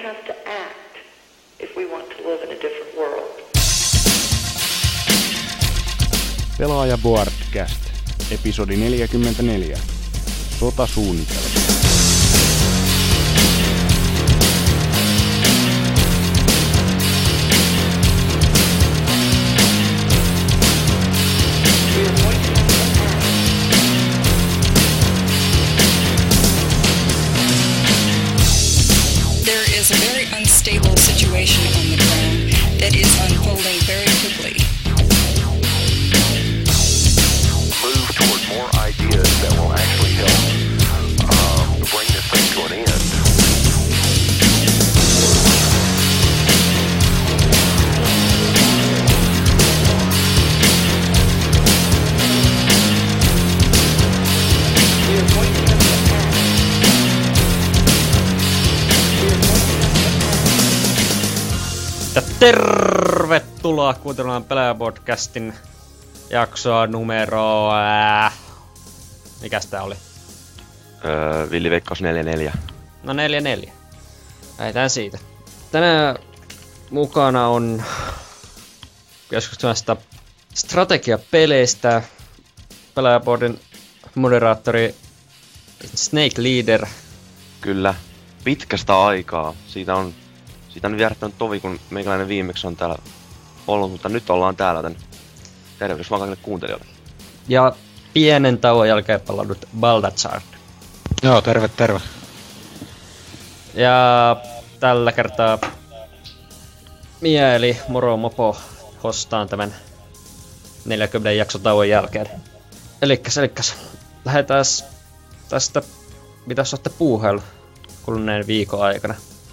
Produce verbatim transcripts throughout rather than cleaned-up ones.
have to act if we want to live in a different world. Pelaaja Boardcast, episodi neljäkymmentäneljä. Sotasuunnitelma. There is a very unstable situation on the ground that is unfolding very quickly. Move toward more ideas that will actually help um, bring this thing to an end. Ja tervetuloa kuuntelemaan Pelaaja-podcastin jaksoa numero... Ää, mikäs tää oli? Öö, Villi Veikkaus neljäkymmentäneljä. No neljä neljä. Lähdetään siitä. Tänään mukana on keskustelusta strategiapeleistä. Pelaajaboardin moderaattori Snake Leader. Kyllä, pitkästä aikaa. Siitä on, siitä on vierähtänyt tovi, kun meikäläinen viimeksi on täällä ollut, mutta nyt ollaan täällä tän. Tervehdys vaan kaikille kuuntelijoille. Ja pienen tauon jälkeen palannut Baldachard. Joo, terve, terve. Ja tällä kertaa Mia eli Moro Mopo hostaan tämän neljänkymmenen jakson tauon jälkeen. Elikkäs, elikkäs. Lähdetään tästä, mitä sä ootte puuhaillut kuluneen viikon aikana.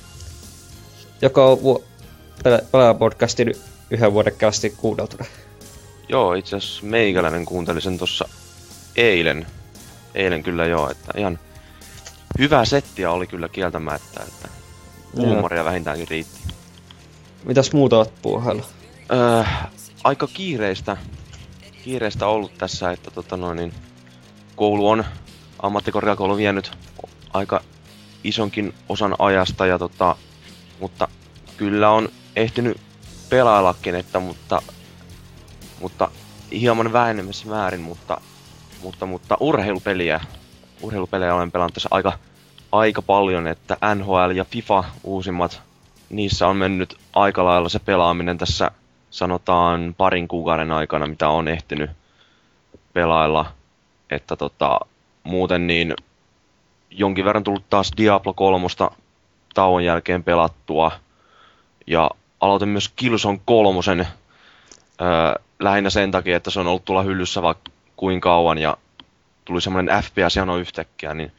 Joka on vu- Pelaaja-podcastin yhden vuoden kästi kuunneltuna. Joo, itse asiassa meikäläinen kuunteli sen tossa eilen. Eilen kyllä joo, että ihan hyvää settiä oli kyllä kieltämättä, että huumoria vähintäänkin riitti. Mitäs muuta oot puuhaillut? Öö, aika kiireistä, kiireistä ollut tässä, että tota noin, niin koulu on, ammattikorkeakoulu vienyt aika isonkin osan ajasta, ja tota, mutta kyllä on ehtinyt pelaillakin, että, mutta, mutta hieman vähenemässä määrin, mutta, mutta, mutta urheilupeliä, urheilupelejä olen pelannut tässä aika, aika paljon, että N H L ja FIFA uusimmat, niissä on mennyt aika lailla se pelaaminen tässä sanotaan parin kuukauden aikana, mitä on ehtinyt pelailla, että tota, muuten niin jonkin verran tullut taas Diablo kolme tauon jälkeen pelattua, ja aloitin myös Killzone kolmosen öö, lähinnä sen takia, että se on ollut tuolla hyllyssä vaikka kuinka kauan, ja tuli semmoinen F P S-jano yhtäkkiä, niin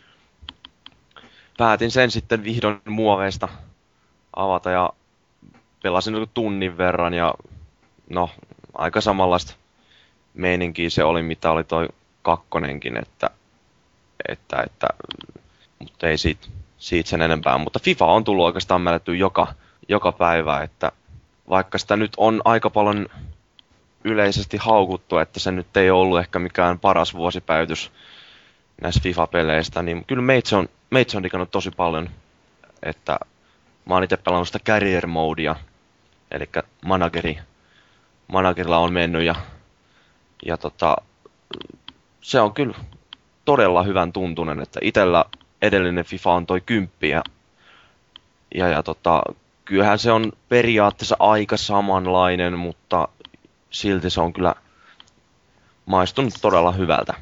päätin sen sitten vihdoin muoveista avata, ja pelasin tunnin verran, ja no, aika samanlaista meininkiä se oli, mitä oli toi kakkonenkin, että, että, että mutta ei siitä, siitä sen enempää. Mutta FIFA on tullut oikeastaan mälettyä joka, joka päivä, että vaikka sitä nyt on aika paljon yleisesti haukuttu, että se nyt ei ollut ehkä mikään paras vuosipäivitys näistä FIFA-peleistä, niin kyllä meitsi on, meitsi on digannut tosi paljon, että mä oon itse pelannut sitä career modea, eli manageri, managerilla on mennyt, ja, ja tota, se on kyllä todella hyvän tuntunen, että itellä edellinen FIFA on toi kymppi, ja, ja, ja tota, kyllähän se on periaatteessa aika samanlainen, mutta silti se on kyllä maistunut todella hyvältä.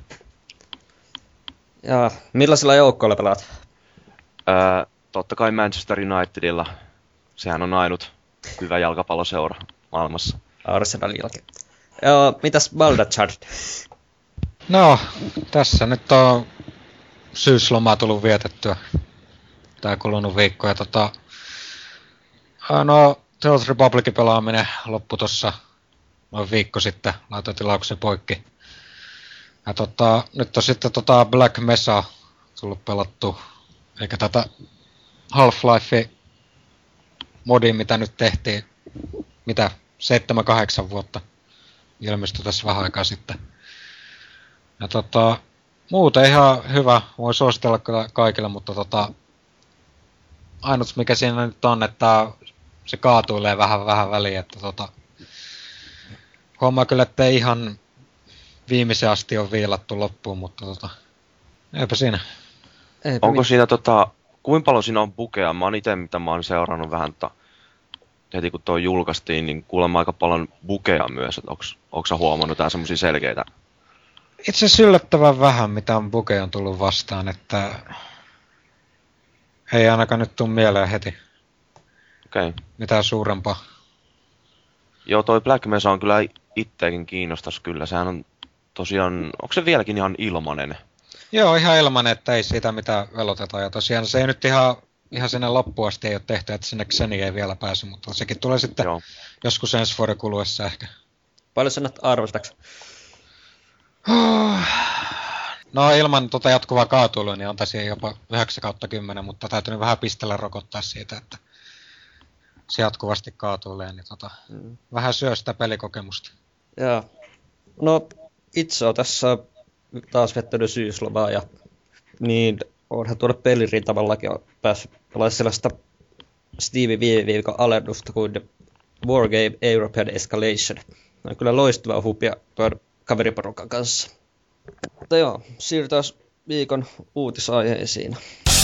Ja millaisilla joukkoilla pelaat? Öö, totta kai Manchester Unitedilla. Sehän on ainut hyvä jalkapalloseura maailmassa. Arsenalin jälkeen. Joo, mitäs Baldachard? No, tässä nyt on syyslomaa tullut vietettyä. Tää kulunut viikko, ja tota... No, The Old Republicin pelaaminen loppui tossa noin viikko sitten. Laitoin tilauksen poikki. Ja tota, nyt on sitten tota Black Mesa tullut pelattu. Eikä tätä Half-Life modi, mitä nyt tehtiin, mitä, seitsemän kahdeksan vuotta ilmestyi tässä vähän aikaa sitten. Ja tota, muuten ihan hyvä, voin suositella kaikille, mutta tota, ainut mikä siinä nyt on, että se kaatuilee vähän vähän väliin, että tota, huomaa kyllä, että ei ihan viimeisen asti on viilattu loppuun, mutta tota, eipä siinä. Eipä Onko mit- siinä tota, kuinka paljon siinä on bukea? Mä oon ite, mitä mä oon seurannut vähän, tota, heti kun toi julkaistiin, niin kuulemma aika paljon bukea myös. Onks, onks sä huomannut tää semmosia selkeitä? Itse asiassa yllättävän vähän, mitä on bukeja on tullut vastaan, että ei ainakaan nyt tuu mieleen heti Okei. Okay. mitään suurempaa. Joo, toi Black Mesa on kyllä itteekin kiinnostas kyllä. Sehän on tosiaan, onko se vieläkin ihan ilmanen? Joo, ihan ilman, että ei siitä mitään velotetaan. Ja tosiaan se ei nyt ihan, ihan sinne loppuun asti ei ole tehty, että sinne Xeni ei vielä päässyt, mutta sekin tulee sitten Joo. joskus ensi vuoden kuluessa ehkä. Paljon sä näet arvostaks? No ilman tota jatkuvaa kaatuilua, niin antaisin jopa yhdeksän kautta kymmenen, mutta täytyy vähän pistellä rokottaa siitä, että se jatkuvasti kaatuilee, niin tota, Mm. vähän syö sitä pelikokemusta. Joo. No, itse on tässä taas vettänyt syyslomaa ja niin onhan tuolla pelirintamallakin on päässyt pelaamaan sellaista Stevie viime alennusta kuin The Wargame European Escalation. Ne on kyllä loistava hupia tuon kaveriporukan kanssa. Mutta joo, siirrytään viikon uutisaiheisiin.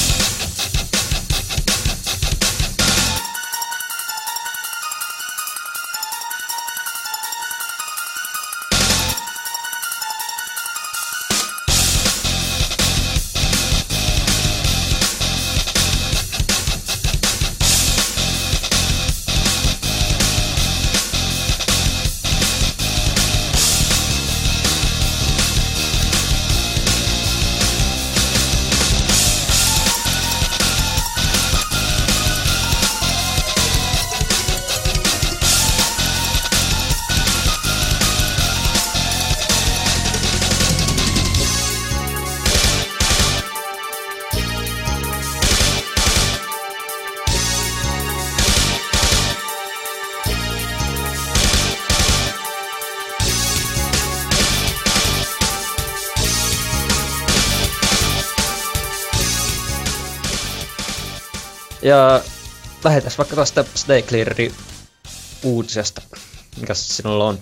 Ja lähdetään vaikka tästä Snake Clearerin uutisesta. Mikäs sinulla on?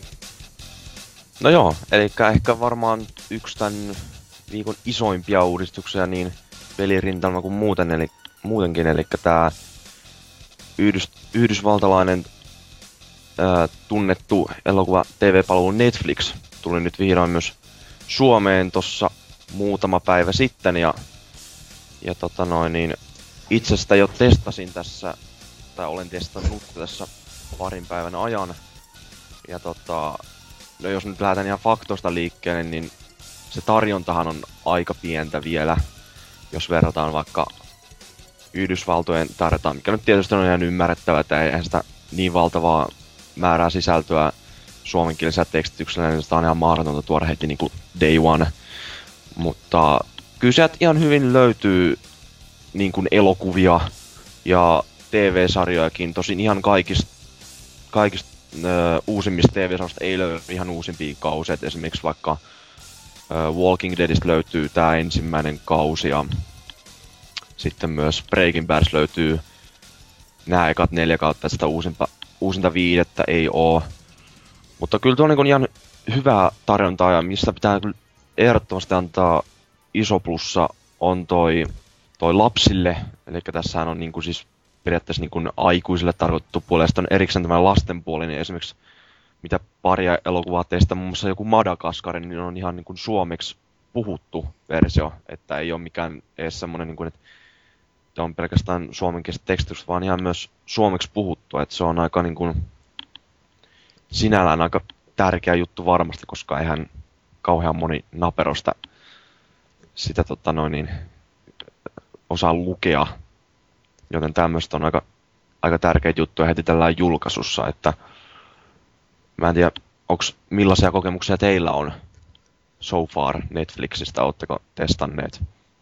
No joo, eli ehkä varmaan yksi tämän viikon isoimpia uudistuksia niin pelirintalma kuin muuten, eli, muutenkin, eli tämä yhdys, yhdysvaltalainen ää, tunnettu elokuva T V-palvelu Netflix tuli nyt vihdoin myös Suomeen tossa muutama päivä sitten, ja, ja tota noin, niin itse sitä jo testasin tässä, tai olen testannut tässä parin päivän ajan, ja tota, no jos nyt lähdetään ihan faktoista liikkeelle, niin se tarjontahan on aika pientä vielä, jos verrataan vaikka Yhdysvaltojen tarjotaan, mikä nyt tietysti on ihan ymmärrettävää, että eihän sitä niin valtavaa määrää sisältöä suomenkielisellä tekstityksellä, niin sitä on ihan mahdotonta tuoda heti niin kuin day one. Mutta kyllä sieltä ihan hyvin löytyy niin kuin elokuvia ja T V-sarjojakin, tosin ihan kaikista, kaikista ö, uusimmista T V-sarjoista ei löydy ihan uusimpia kausia, et esimerkiksi vaikka ö, Walking Deadistä löytyy tää ensimmäinen kausi ja sitten myös Breaking Bad löytyy nämä ekat neljä kautta, että sitä uusinta, uusinta viidettä ei oo. Mutta kyllä tuo on niin ihan hyvää tarjontaa ja mistä pitää kyllä ehdottomasti antaa iso plussa on toi, toi lapsille. Eli tässähän on niin kuin siis periaatteessa niin kuin aikuisille tarkoitettu puoli ja sitten on erikseen tämä lasten puoli, niin esimerkiksi mitä paria elokuvaa teistä, muun muassa joku Madagaskar, niin on ihan niin kuin suomeksi puhuttu versio, että ei ole mikään edes semmoinen, niin kuin, että on pelkästään suomenkieliset tekstitykset, vaan ihan myös suomeksi puhuttu, että se on aika niin kuin sinällään aika tärkeä juttu varmasti, koska eihän kauhean moni naperosta sitä tota noin, niin, osaa lukea, joten tämmöistä on aika, aika tärkeitä juttuja heti tällä julkaisussa, että mä en tiedä, onks, millaisia kokemuksia teillä on so far Netflixistä, ootteko testanneet?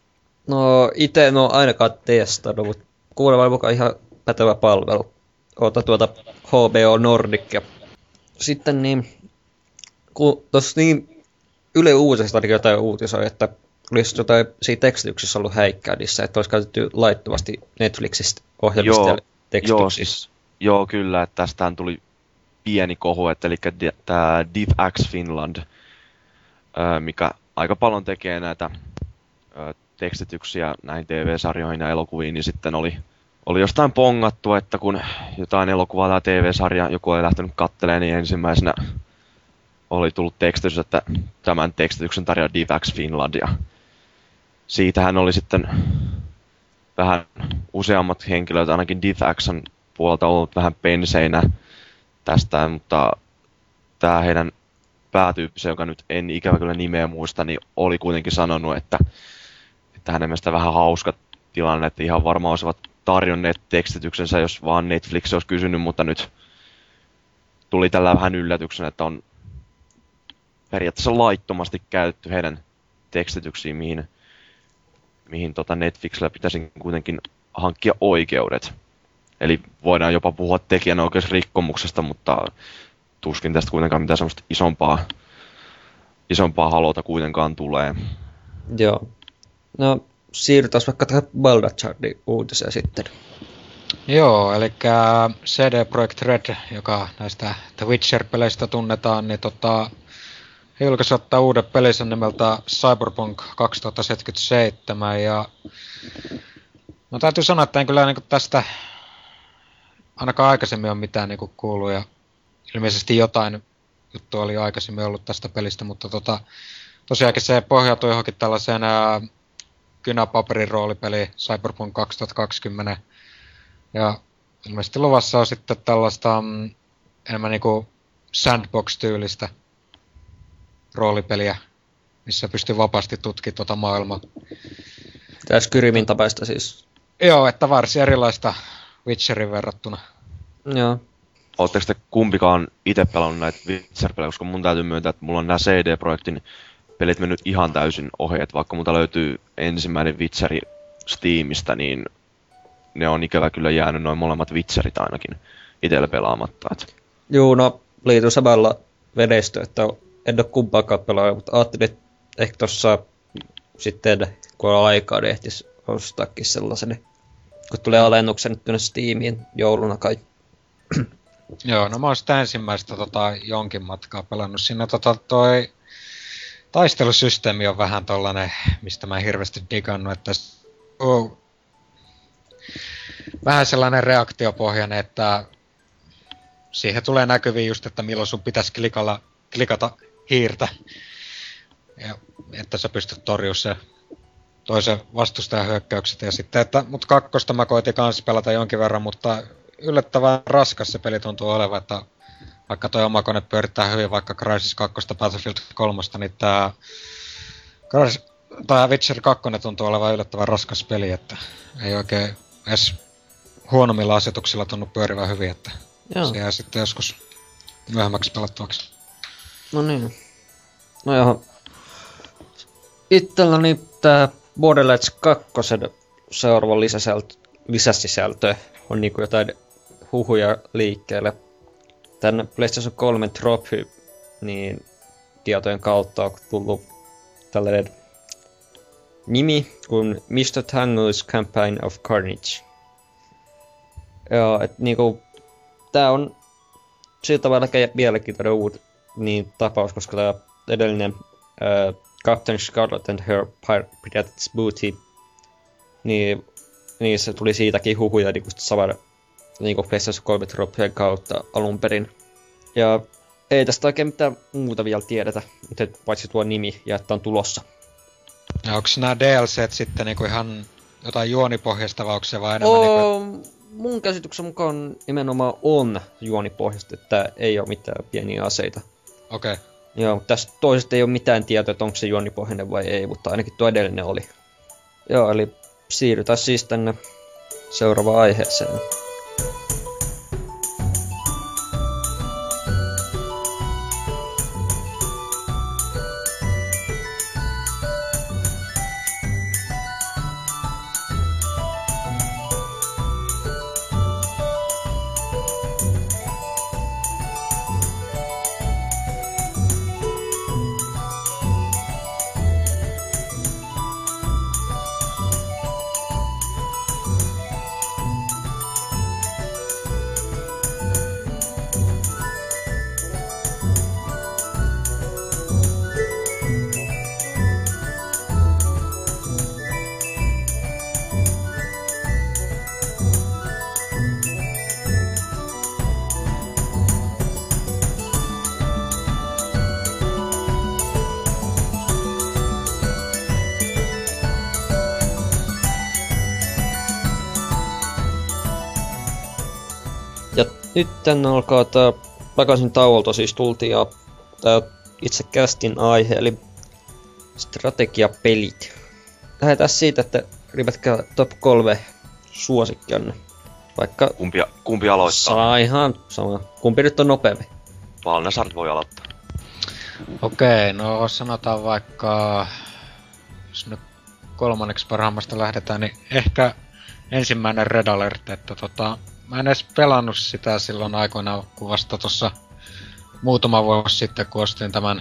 No ite en oo ainakaan testannut, mutta kuulemaan mukaan ihan pätevä palvelu. Oota tuota H B O Nordic ja sitten niin, kun tossa niin Yle Uutisesta jotain uutisoi, että olisi jotain siinä tekstityksessä ollut häikkää niissä, että olisi käytetty laittomasti Netflixistä ohjelmista Joo, ja tekstityksissä. joo, siis, joo, kyllä, että tästähän tuli pieni kohu, että eli tämä DivX Finland, ö, mikä aika paljon tekee näitä ö, tekstityksiä näihin T V-sarjoihin ja elokuviin, niin sitten oli, oli jostain pongattu, että kun jotain elokuvaa tai T V-sarja joku oli lähtenyt katselemaan, niin ensimmäisenä oli tullut tekstitys, että tämän tekstityksen tarjoaa DivX Finland, ja siitähän oli sitten vähän useammat henkilöt, ainakin DivXn puolelta ollut vähän penseinä tästä, mutta tämä heidän päätyyppisä, joka nyt en ikävä kyllä nimeä muista, niin oli kuitenkin sanonut, että, että hänen mielestä vähän hauska tilanne, että ihan varmaan olisivat tarjonneet tekstityksensä, jos vaan Netflix olisi kysynyt, mutta nyt tuli tällä vähän yllätyksenä, että on periaatteessa laittomasti käytetty heidän tekstityksiin, mihin, mihin tota Netflixillä pitäisi kuitenkin hankkia oikeudet. Eli voidaan jopa puhua tekijänoikeusrikkomuksesta, mutta tuskin tästä kuitenkaan mitään semmoista isompaa, isompaa halota kuitenkaan tulee. Joo. No, siirrytään vaikka tähän Baldur's uutiseen sitten. Joo, eli C D Projekt Red, joka näistä The Witcher-peleistä tunnetaan, niin tota, he julkaisivat ottaa uuden pelinsä nimeltä Cyberpunk kaksituhattaseitsemänkymmentäseitsemän, ja no täytyy sanoa, että en kyllä niin tästä ainakaan aikaisemmin ole mitään niin kuullut, ja ilmeisesti jotain juttua oli aikaisemmin ollut tästä pelistä, mutta tota, tosiaankin se pohjautui johonkin tällaiseen ää, kynäpaperin roolipeli Cyberpunk kaksituhattakaksikymmentä, ja ilmeisesti luvassa on sitten tällaista mm, enemmän niinku sandbox-tyylistä roolipeliä, missä pystyy vapaasti tutkimaan tuota maailmaa. Tää Skyrimin tapaista siis. Joo, että varsin erilaista Witcherin verrattuna. Joo. Oletteko te kumpikaan itse pelannut näitä Witcher-pelejä, koska mun täytyy myöntää, että mulla on nämä C D-projektin pelit mennyt ihan täysin ohi, että vaikka multa löytyy ensimmäinen Witcheri Steamista, niin ne on ikävä kyllä jäänyt noin molemmat Witcherit ainakin itsellä pelaamatta. Et. Juu, no liityn samalla vedestä, että en ole kumpaakaan pelaa, mutta ajattelin, että ehkä tossa sitten, kun on aikaa, niin ehtis ostaakin sellaisen, kun tulee alennuksen nyt tuonne Steamiin jouluna kai. Joo, no mä oon sitä ensimmäistä tota, jonkin matkaa pelannut. Siinä tota, toi taistelusysteemi on vähän tollanen, mistä mä en hirveästi digannut, että oh, vähän sellainen reaktiopohjainen, että siihen tulee näkyviin just, että milloin sun pitäisi klikalla, klikata hiirtä, ja että sä pystyt torjumaan se toisen vastustajan hyökkäykset. Ja sitten, että, mut kakkosta mä koitin kanssa pelata jonkin verran, mutta yllättävän raskas se peli tuntuu olevan, että vaikka toi oma kone pyörittää hyvin, vaikka Crysis kaksi, Battlefield kolme, niin tää, tää Witcher kaksi tuntuu olevan yllättävän raskas peli, että ei oikein edes huonommilla asetuksilla tunnu pyörivän hyvin, että joo. Se jää sitten joskus myöhemmäksi pelattavaksi. No niin. No joo. Itselläni tää Borderlands kaksi seuraava lisäsisältö, lisäsisältö on niinku jotain huhuja liikkeelle. Tän PlayStation kolme Trophy niin tietojen kautta on tullut tällainen nimi kuin mister Tangle's Campaign of Carnage. Joo, et niinku tää on sillä tavalla mielenkiintoinen uut niin tapaus, koska tää edellinen ää, Captain Scarlet and Her Pirate's Booty, niin, niin se tuli siitäkin huhuja niinku saman niinku PlayStation kolme Tropien kautta alun perin. Ja ei tästä oikein mitään muuta vielä tiedetä, mutta paitsi tuo nimi ja että on tulossa. Ja onko nämä D L C:t sitten niinku ihan jotain juonipohjaista vai onko se vaan enemmän Oo, niinku... Mun käsityksen mukaan nimenomaan on juonipohjaista, että ei ole mitään pieniä aseita. Okei. Okay. Joo, mutta tästä toisesta ei ole mitään tietoa, että onko se juonipohjainen vai ei, mutta ainakin tuo edellinen oli. Joo, eli siirrytään siis tänne seuraavaan aiheeseen. nyt tänne alkaa tää takaisin tauolta siis tultiin ja tää itse kästin aihe, eli strategiapelit. Lähdetään siitä, että ripätkää top kolme suosikkianne. Vaikka Kumpi, kumpi aloittaa? saa ihan sama. Kumpi nyt on nopeampi? Valnasart voi aloittaa. Okei, no sanotaan vaikka, jos nyt kolmanneksi parhaimmasta lähdetään, niin ehkä ensimmäinen Red Alert, että tota, mä en edes pelannut sitä silloin aikoinaan, kun vasta tossa muutama vuosi sitten, kun ostin tämän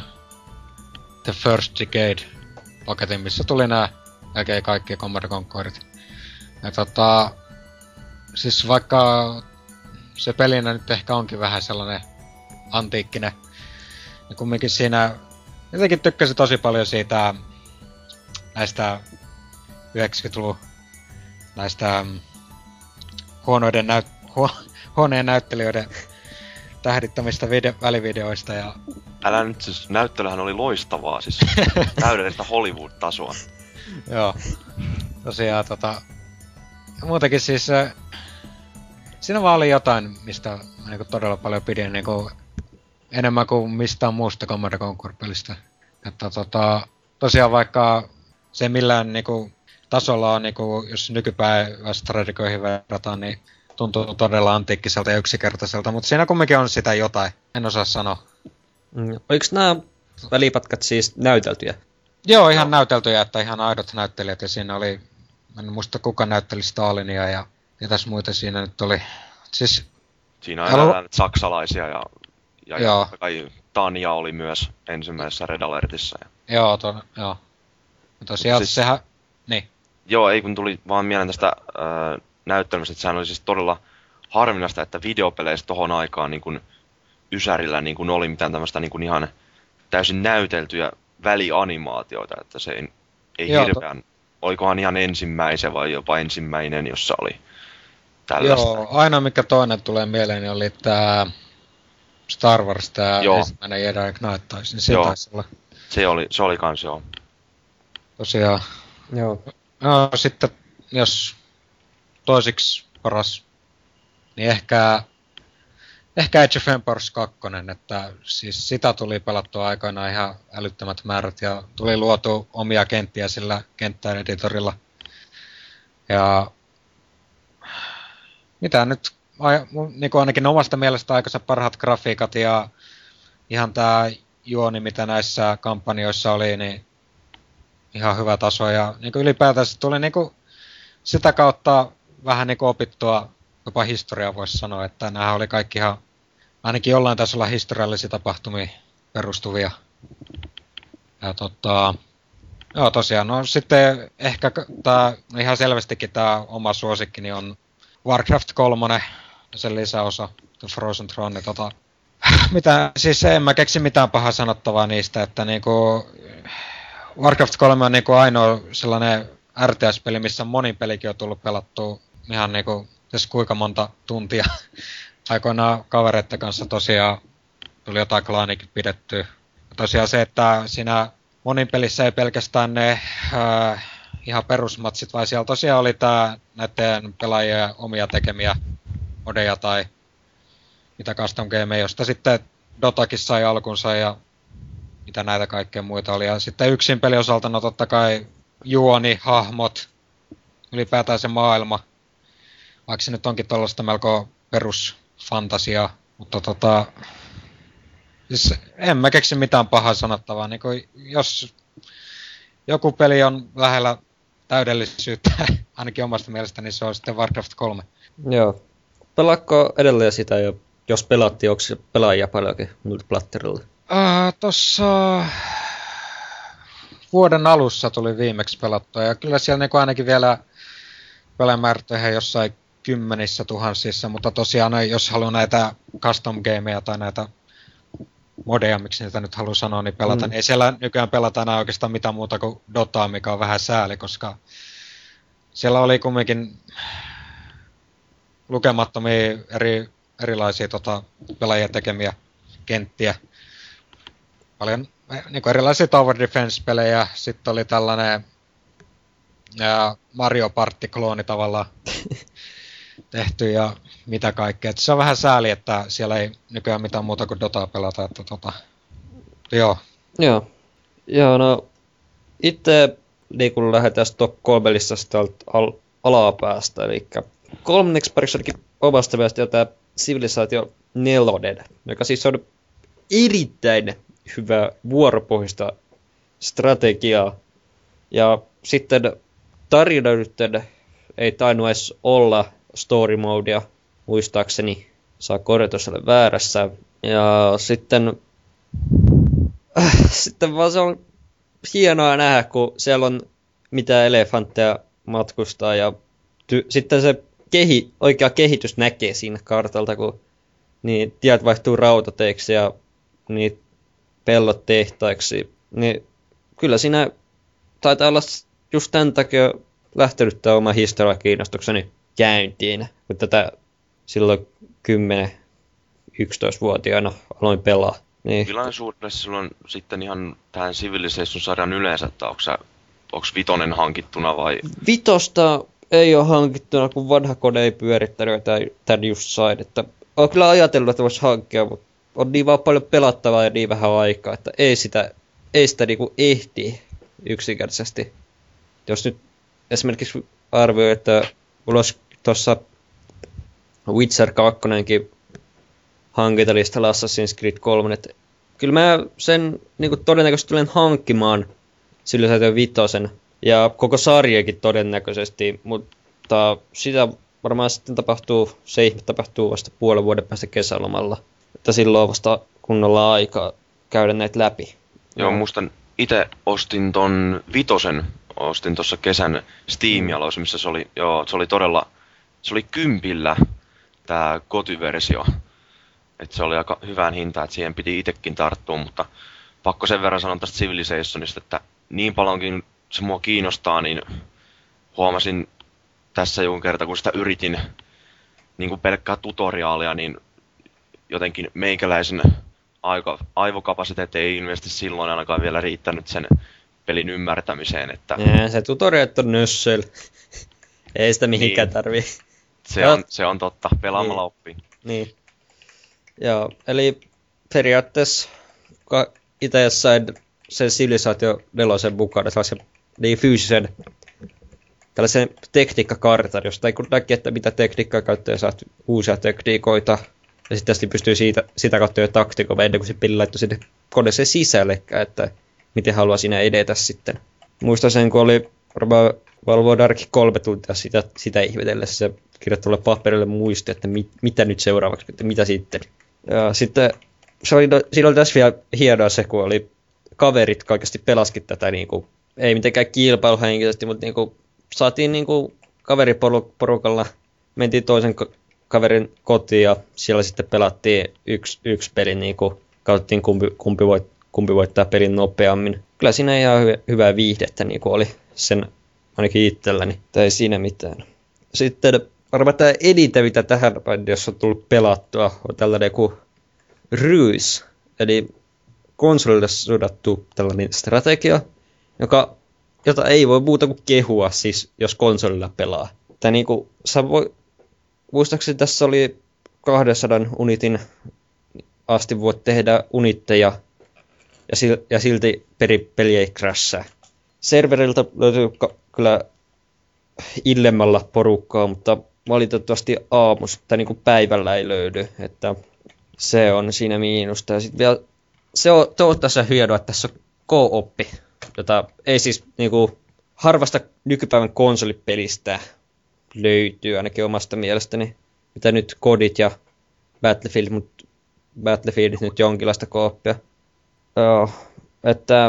The First Decade-paketin, missä tuli nää melkein kaikki Commodore Conquerit. Ja tota, siis vaikka se pelinä nyt ehkä onkin vähän sellainen antiikkinen, ja kumminkin siinä jotenkin tykkäsin tosi paljon siitä näistä yhdeksänkymmentäluvun näistä huonoiden näyt, huo, huoneen näyttelijöiden tähdittämistä video, välivideoista ja... Älä nyt, siis näyttelyhän oli loistavaa, siis täydellistä Hollywood-tasoa. Joo, tosiaan tota... Ja muutenkin siis... Äh, siinä vaan oli jotain, mistä mä niinku todella paljon pidin, niinku... Enemmän kuin mistään muusta Commodore Conquer-pelistä. Että tota... Tosiaan vaikka se millään niinku... tasolla on niinku, jos nykypäivän strategioihin verrataan, niin tuntuu todella antiikkiselta ja yksinkertaiselta, mutta siinä kumminkin on sitä jotain, en osaa sanoa. Mm. Oliko nämä välipatkat siis näyteltyjä? Joo, ihan no. näyteltyjä, että ihan aidot näyttelijät, ja siinä oli, en muista kuka näytteli Stalinia ja ketäs muita siinä nyt oli. Siis, siinä on aina Halu... saksalaisia ja, ja, ja kai Tanja oli myös ensimmäisessä Red Alertissa. Ja... Joo, to, joo. Ja tosiaan siis... sehän, niin. Joo, ei kun tuli vaan mieleen tästä äh, näyttelmästä, että sehän oli siis todella harvinaista, että videopeleissä tohon aikaan niin kun Ysärillä niin kun oli mitään tämmöistä niin kun ihan täysin näyteltyjä välianimaatioita, että se ei, ei Joo, hirveän, to... oikohan ihan ensimmäisen vai jopa ensimmäinen, jossa oli tällaista. Joo, aina mikä toinen tulee mieleen, niin oli tää Star Wars, tää joo. ensimmäinen Jedi Knight, tai niin se taisi olla. Se oli, se oli kans joo. Tosiaan. Joo. No sitten, jos toisiksi paras, niin ehkä, ehkä Age of Empires kaksi, että siis sitä tuli pelattua aikoinaan ihan älyttömät määrät ja tuli luotu omia kenttiä sillä kenttäeditorilla. Ja mitä nyt, niin kuin ainakin omasta mielestä aikansa parhaat grafiikat ja ihan tää juoni, mitä näissä kampanjoissa oli, niin ihan hyvä taso ja niin ylipäätään se tuli niin sitä kautta vähän niin opittua jopa historiaa voisi sanoa, että nämä oli kaikki ihan ainakin jollain tasolla historiallisia tapahtumia perustuvia. Ja tota, joo tosiaan, no sitten ehkä tää, ihan selvästikin tämä oma suosikkini on Warcraft kolme ja sen lisäosa, The Frozen Throne, niin tota, mitä, siis en mä keksi mitään pahaa sanottavaa niistä, että niinku Warcraft kolme on niinku ainoa sellainen R T S-peli, missä monin pelikin on tullut pelattua ihan niinku tässä kuinka monta tuntia. Aikoinaan kavereiden kanssa tosiaan tuli jotain klaanikin pidettyä. Tosiaan se, että siinä monin pelissä ei pelkästään ne äh, ihan perusmatsit, vaan siellä tosiaan oli tää näiden pelaajien omia tekemiä modeja tai mitä custom gameja, josta sitten Dotakin sai alkunsa ja mitä näitä kaikkea muita oli. Ja sitten yksin peliosalta, no totta kai juoni, hahmot, ylipäätään se maailma. Vaikka se nyt onkin tuollaista melko perusfantasiaa, mutta tota... Siis en mä keksi mitään pahaa sanottavaa. Niin kuin jos joku peli on lähellä täydellisyyttä, ainakin omasta mielestäni, niin se on sitten Warcraft kolme. Joo. Pelaatko edelleen sitä jo, jos pelattiin, onko se pelaajia paljonkin multiplatterilla? Uh, tossa vuoden alussa tuli viimeksi pelattua ja kyllä siellä niinku ainakin vielä pelaajamäärät ihan jossain kymmenissä tuhansissa, mutta tosiaan jos haluaa näitä custom gameja tai näitä modeja, miksi niitä nyt haluaa sanoa, niin pelata, mm. niin ei siellä nykyään pelata enää oikeastaan mitään muuta kuin Dotaa, mikä on vähän sääli, koska siellä oli kumminkin lukemattomia eri, erilaisia tota, pelaajien tekemiä kenttiä. Paljon niin erilaisia Tower Defense-pelejä, sitten oli tällainen ja Mario Party-klooni tavallaan. tehty ja mitä kaikkea. Et se on vähän sääli, että siellä ei nykyään mitään muuta kuin Dotaa pelata. Että tota, joo. Joo. Joo, no itse niin kun lähdetään kolme listasta al- alapäästä, eli kolmanneksi pariksi ainakin omasta mielestä tämä Civilization nelonen, joka siis on erittäin hyvä vuoropohjaista strategiaa. Ja sitten tarina nyt ei tainnut edes olla story modea, muistaakseni saa korjata siellä väärässä. Ja sitten, äh, sitten vaan se on hienoa nähdä, kun siellä on mitä elefantteja matkustaa ja ty- sitten se kehi- oikea kehitys näkee siinä kartalta, kun niin tiet vaihtuu rautateiksi ja niin pellot tehtaiksi. Niin kyllä siinä taitaa olla just tämän takia lähtenyt tämä oma historia kiinnostukseni käyntiin, kun tätä silloin kymmenen yksitoista-vuotiaana aloin pelaa. Niin. Tilaisuudessa silloin sitten ihan tähän Civilization-sarjan yleensä, että onko, sä, onko vitonen hankittuna vai? Vitosta ei ole hankittuna, kun vanha kone ei pyörittänyt tämän just sain. Että olen kyllä ajatellut, että voisi hankkia, mutta on niin vaan paljon pelattavaa ja niin vähän aikaa, että ei sitä, ei sitä niinku ehdi yksinkertaisesti. Jos nyt esimerkiksi arvioi, että mulla olisi tuossa Witcher kakkonenkin hankintalistalla Assassin's Creed kolme, että kyllä mä sen niin todennäköisesti tulen hankkimaan Civilization vitosen ja koko sarjakin todennäköisesti, mutta sitä varmaan sitten tapahtuu, se ihme tapahtuu vasta puolen vuoden päästä kesälomalla, että silloin on vasta kunnolla aikaa käydä näitä läpi. Joo, muistan itse ostin ton vitosen, ostin tuossa kesän Steam-jaloissa, missä se oli, joo, se oli todella, se oli kympillä tää kotiversio. Että se oli aika hyvään hintaan, että siihen piti itsekin tarttua, mutta pakko sen verran sanoa tästä Civilizationista, että niin paljonkin se mua kiinnostaa, niin huomasin tässä jonkun kerta, kun sitä yritin niin kuin pelkkää tutoriaalia, niin jotenkin meikäläisen aika, aivokapasiteetti ei ilmeisesti silloin ainakaan vielä riittänyt sen pelin ymmärtämiseen. Että Nää, se tutoriaat on nössöl. Ei sitä mihinkään niin, tarvii. Se on, se on totta, pelaamalla niin. oppii. Niin. Joo, eli periaatteessa itse sain sen Civilization nelosen mukana sellaisen niin fyysisen tällaisen tekniikkakartan, josta ei kun näki, että mitä tekniikkaa käyttää ja saat uusia tekniikoita. Ja sitten tästä pystyy siitä, sitä kautta jo taktikoimaan ennen kuin se peli laittoi sinne koneeseen sisälle, että miten haluaa siinä edetä sitten. Muistan sen, kun oli varmaan valvoa Darkin kolme tuntia sitä, sitä ihmetellessä, se kirjoitti paperille muisti, että mit, mitä nyt seuraavaksi, että mitä sitten. Ja sitten se oli, siinä oli tässä vielä hienoa se, kun oli kaverit kaikesti pelaskin tätä, niin kuin, ei mitenkään kilpailuhenkisesti, mutta niin kuin, saatiin niin kuin, kaveriporukalla, mentiin toisen kaverin kotiin ja siellä sitten pelattiin yksi, yksi peli, niin kuin, katsottiin kumpi, kumpi, voit, kumpi voittaa pelin nopeammin. Kyllä siinä ihan hy, hyvää viihdettä niin kuin oli sen ainakin itselläni, tai ei siinä mitään. Sitten varmaan tämä eniten, mitä tähän jos on tullut pelattua, on tällainen kuin Ruse, eli konsolille sudattu tällainen strategia, joka, jota ei voi muuta kuin kehua, siis jos konsolilla pelaa. Tai niin kuin, sä voi, muistaakseni tässä oli kahdensadan unitin asti voit tehdä unitteja, ja, sil, ja silti peri, peli ei crashaa. Serveriltä löytyy ka- kyllä illemmalla porukkaa, mutta valitettavasti aamussa tai niin kuin päivällä ei löydy, että se on siinä miinusta. Ja sitten vielä se on, on tässä hienoa, että tässä on co-oppi, jota ei siis niin kuin harvasta nykypäivän konsolipelistä löytyy ainakin omasta mielestäni, mitä nyt kodit ja Battlefield, mutta Battlefieldit nyt jonkinlaista co-oppia. Joo, että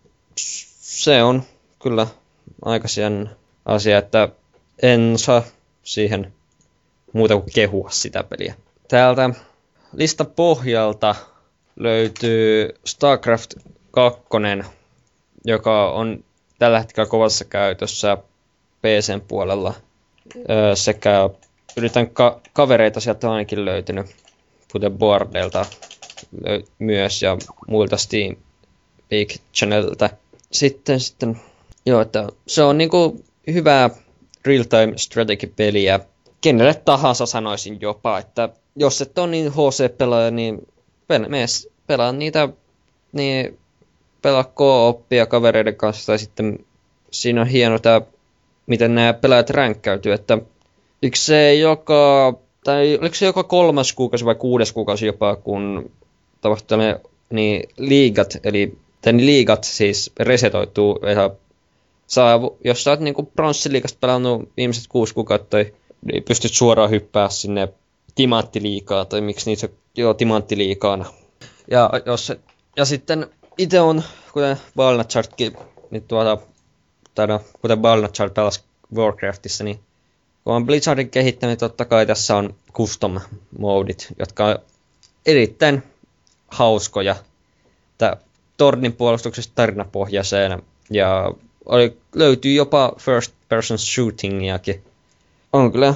se on kyllä aika sen asia, että en saa siihen muuta kuin kehua sitä peliä. Täältä listan pohjalta löytyy StarCraft kaksi, joka on tällä hetkellä kovassa käytössä P C:n puolella. Öö, sekä yritän ka- kavereita sieltä on ainakin löytynyt, kuten Boardelta löy- myös ja muilta Steam Big Channelilta. Sitten, sitten joo, että se on niinku hyvää real-time strategy-peliä. kenelle tahansa sanoisin jopa, että jos et ole niin H C-pelaaja, niin pel- mees pelaa niitä, niin pelaa co-oppia kavereiden kanssa, tai sitten siinä on hieno tää, miten nämä pelaajat ränkkäytyy, että yksi se joka, tai oliko se joka kolmas kuukausi vai kuudes kuukausi jopa, kun tapahtuu niin liigat, eli tai liigat siis resetoituu, ja saa, jos sä oot niinku pronssiliigasta pelannut viimeiset kuusi kuukautta, niin pystyt suoraan hyppää sinne timanttiliigaan, tai miksi niitä joo, timanttiliigaana. Ja, jos, ja sitten itse on, kuten Balnachartkin, niin tuota, tai no, kuten Balnachart pelasi Warcraftissa, niin kun on Blizzardin kehittänyt, totta kai tässä on custom-modit, jotka on erittäin hauskoja. Tää Tornin puolustuksesta tarinapohjaiseen, ja oli, löytyy jopa first person shootingiakin. On kyllä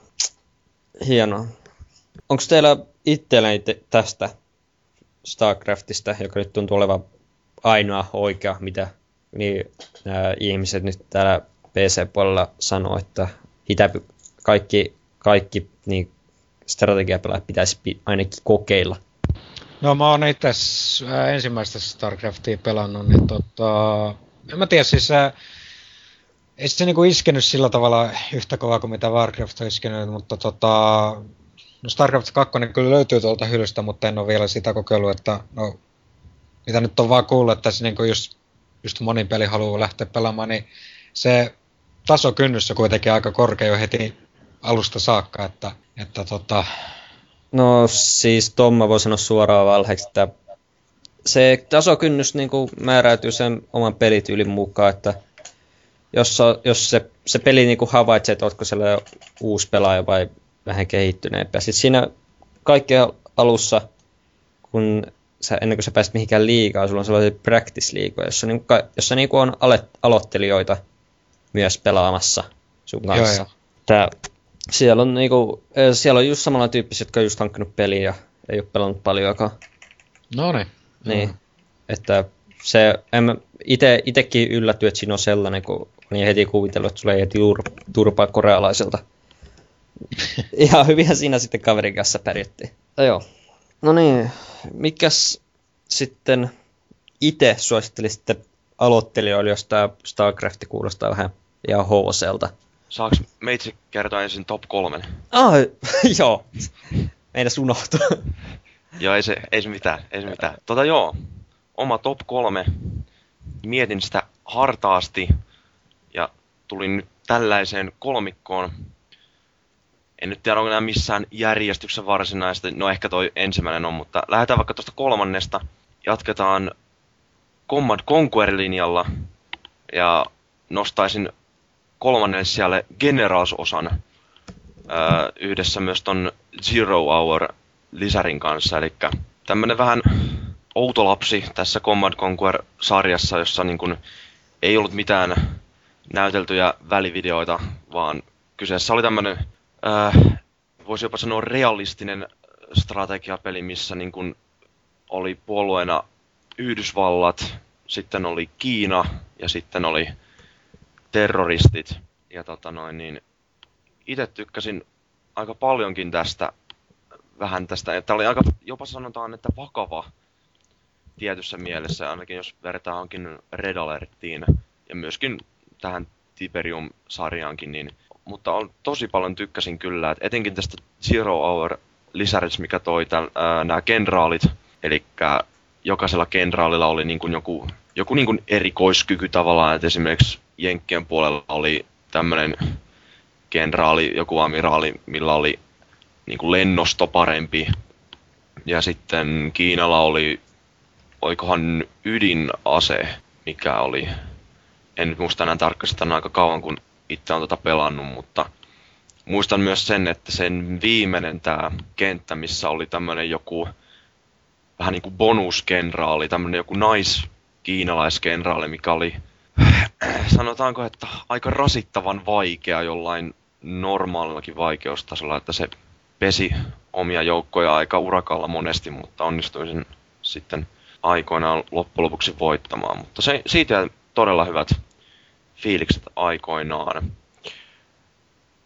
hienoa. Onko teillä itselleni tästä StarCraftista, joka nyt tuntuu olevan ainoa oikea, mitä niin, nämä ihmiset nyt täällä P C-puolella sanoo, että itä, kaikki, kaikki niin, strategiapelaajat pitäisi ainakin kokeilla? No mä oon itse ensimmäistä StarCraftia pelannut, niin tota... En mä tiedä, siis ää, ei se niinku iskenyt sillä tavalla yhtä kovaa kuin mitä Warcraft on iskenyt, mutta tota... No StarCraft kaksi kyllä löytyy tuolta hyllystä, mutta en ole vielä sitä kokeillut, että no... Mitä nyt on vaan kuullut, että se niinku just, just monin peli haluaa lähteä pelaamaan, niin se tasokynnys on kuitenkin aika korkea jo heti alusta saakka, että, että tota... No siis Tomma voi sanoa suoraan valheeksi, että se tasokynnys niin kuin määräytyy sen oman pelityylin mukaan, että jos, jos se, se peli niin kuin havaitsee, että oletko siellä uusi pelaaja vai vähän kehittyneempi. Sitten siinä kaikkea alussa, kun sä, ennen kuin sä pääset mihinkään liigaan, sulla on sellaisia practice-liigoja, jossa, niin kuin, jossa niin kuin on ale, aloittelijoita myös pelaamassa sun kanssa. Joo, joo. Tää, siellä, on, niin kuin, siellä on just samalla tyyppisiä, jotka on just hankkinut peliä ja ei ole pelannut paljoakaan. No niin. Niin, mm. että se, en ite, itekin yllätty, että siinä on sellainen, kun niin heti kuvitellut, että sulla ei heti tur, turpaa korealaiselta. Ihan hyvinhän siinä sitten kaverin kanssa pärjättiin. Ja joo. No niin, mikäs sitten ite suosittelisitte aloittelijoille, jos tää StarCraft kuulostaa vähän ihan H C:ltä? Saaks meitsi kertoa ensin top kolmen? Ah, joo. Meidän unohtuu. Joo, ei se, ei se mitään, ei se mitään. Tota joo, oma top kolme. Mietin sitä hartaasti ja tulin nyt tällaiseen kolmikkoon. En nyt tiedä, onko nämä missään järjestyksessä varsinaisesti. No ehkä toi ensimmäinen on, mutta lähdetään vaikka tuosta kolmannesta. Jatketaan Command Conquer-linjalla ja nostaisin kolmannelle sijalle Generals-osan öö, yhdessä myös ton Zero Hour lisärin kanssa, eli tämmönen vähän outo lapsi tässä Command Conquer-sarjassa, jossa niin kun ei ollut mitään näyteltyjä välivideoita, vaan kyseessä oli tämmönen, äh, voisi jopa sanoa realistinen strategiapeli, missä niin kun oli puolueena Yhdysvallat, sitten oli Kiina ja sitten oli terroristit. Ja tota noin, niin itse tykkäsin aika paljonkin tästä, vähän tästä, että oli aika, jopa sanotaan, että vakava tietyssä mielessä, ainakin jos vertaa onkin Red Alerttiin ja myöskin tähän Tiberium-sarjaankin, niin, mutta on, tosi paljon tykkäsin kyllä, että etenkin tästä Zero Hour lisäristä, mikä toi nämä kenraalit, eli jokaisella kenraalilla oli niin kuin joku, joku niin kuin erikoiskyky tavallaan, että esimerkiksi Jenkkien puolella oli tämmöinen kenraali, joku amiraali, millä oli niin kuin lennosto parempi. Ja sitten Kiinalla oli, oikohan ydinase, mikä oli, en nyt muista enää tarkasti, on aika kauan kun itse on tota pelannut, mutta muistan myös sen, että sen viimeinen tää kenttä, missä oli tämmönen joku vähän niinku bonuskenraali, tämmönen joku nais-kiinalaiskenraali, mikä oli, sanotaanko, että aika rasittavan vaikea jollain normaalillakin vaikeustasolla, että se pesi omia joukkoja aika urakalla monesti, mutta onnistuin sen sitten aikoinaan loppujen lopuksi voittamaan. Mutta se, siitä todella hyvät fiilikset aikoinaan.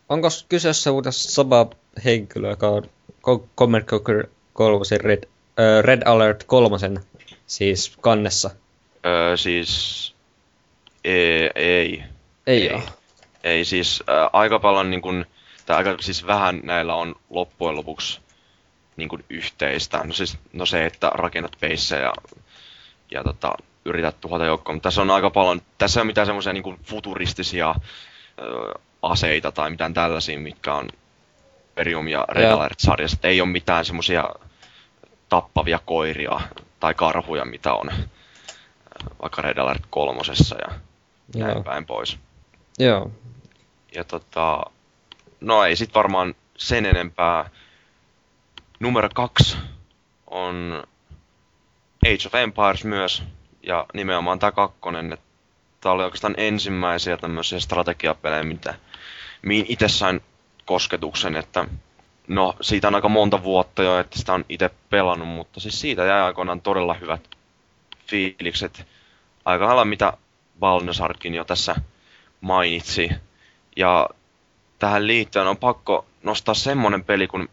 onko kyseessä uudessa sama henkilö, joka on Command Conquer kolmosen Red, äh, Red Alert kolmosen siis kannessa? Öö, siis... Ei. Ei, ei oo. Ei siis äh, aika paljon niin kun, tai aika siis vähän näillä on loppujen lopuksi niin kun yhteistä. No siis no se, että rakennat peissejä ja, ja tota, yrität tuhota joukkoa, mutta tässä on aika paljon, tässä ei ole mitään semmoisia niin kun futuristisia ö, aseita tai mitään tällaisia, mitkä on Imperium ja Red Alert-sarjassa. Ei ole mitään semmoisia tappavia koiria tai karhuja, mitä on vaikka Red Alert kolmosessa ja Joo. näin päin pois. Joo. Ja tota, no ei sit varmaan sen enempää. Numero kaksi on Age of Empires myös, ja nimenomaan tää kakkonen, että tää oli oikeastaan ensimmäisiä tämmöisiä strategiapelejä, mitä, mihin itse sain kosketuksen, että no siitä on aika monta vuotta jo, että sitä on itse pelannut, mutta siis siitä jäi aikoinaan todella hyvät fiilikset. Aika lailla mitä Balnasarkin jo tässä mainitsi. Ja tähän liittyen on pakko nostaa semmonen peli kuin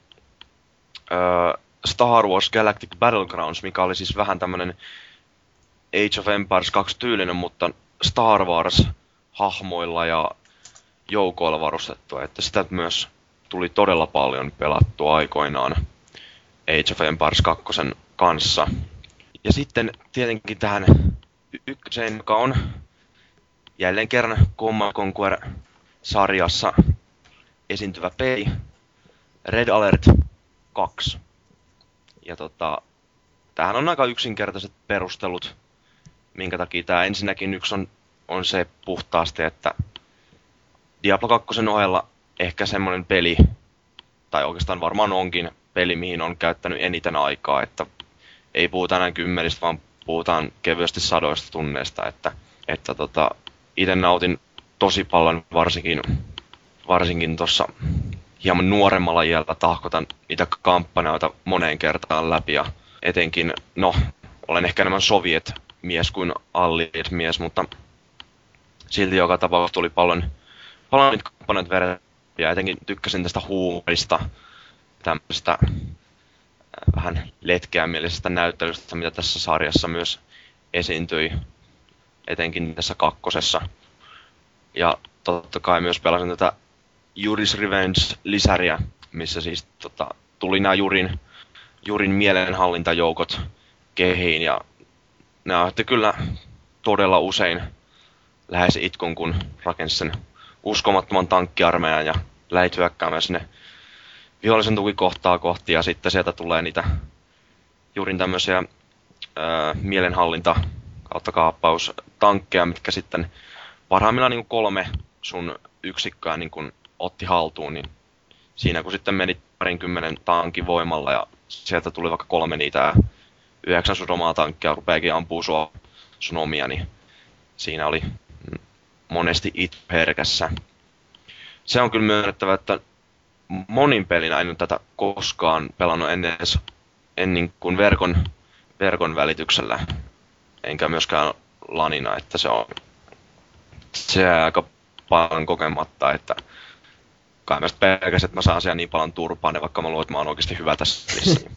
öö, Star Wars Galactic Battlegrounds, mikä oli siis vähän tämmönen Age of Empires kaksi tyylinen, mutta Star Wars-hahmoilla ja joukoilla varustettua. Että sitä myös tuli todella paljon pelattua aikoinaan Age of Empires kaksi kanssa. Ja sitten tietenkin tähän ykköseen, joka on jälleen kerran Command Conquer-sarjassa esiintyvä peli, Red Alert kaksi. Ja tota, tämähän on aika yksinkertaiset perustelut, minkä takia tämä ensinnäkin yksi on, on se puhtaasti, että Diablo kaksi ohella ehkä semmoinen peli, tai oikeastaan varmaan onkin peli, mihin on käyttänyt eniten aikaa, että ei puhuta enää kymmenistä, vaan puhutaan kevyesti sadoista tunneista, että, että tota, itse nautin tosi paljon varsinkin, varsinkin tuossa hieman nuoremmalla iällä tahkotan niitä kampanjoita moneen kertaan läpi ja etenkin, no, olen ehkä enemmän Soviet-mies kuin Allied-mies, mutta silti joka tapauksessa tuli paljon, paljon niitä kampanjoita verran ja etenkin tykkäsin tästä huumorista, tämmöistä vähän letkeämielisestä näyttelystä, mitä tässä sarjassa myös esiintyi, etenkin tässä kakkosessa. Ja totta kai myös pelasin tätä Yuri's Revenge-lisäriä, missä siis tota, tuli nämä Jurin, Jurin mielenhallintajoukot kehiin, ja ne aiheutti kyllä todella usein lähes itkun, kun rakensi sen uskomattoman tankkiarmeijan ja lähit hyökkäämään sinne vihollisen tukikohtaa kohti, ja sitten sieltä tulee niitä Jurin tämmöisiä öö, mielenhallinta kautta kaappaustankkeja, mitkä sitten parhaimmillaan niin kolme sun yksikköä niin kun otti haltuun, niin siinä kun sitten menit parinkymmenen tankin voimalla ja sieltä tuli vaikka kolme niitä ja yhdeksän sun omaa tankkia rupeakin ampuu sua sun omia, niin siinä oli monesti itku herkässä. Se on kyllä myönnettävä, että monin pelinä en ole tätä koskaan pelannut ennen, ennen kuin verkon, verkon välityksellä, enkä myöskään lanina, että se on se jää aika paljon kokematta, että kai mä sitten pelkäsin, että mä saan siellä niin paljon turpaan, niin vaikka mä luulen, että mä oon oikeasti hyvä tässä pelissä.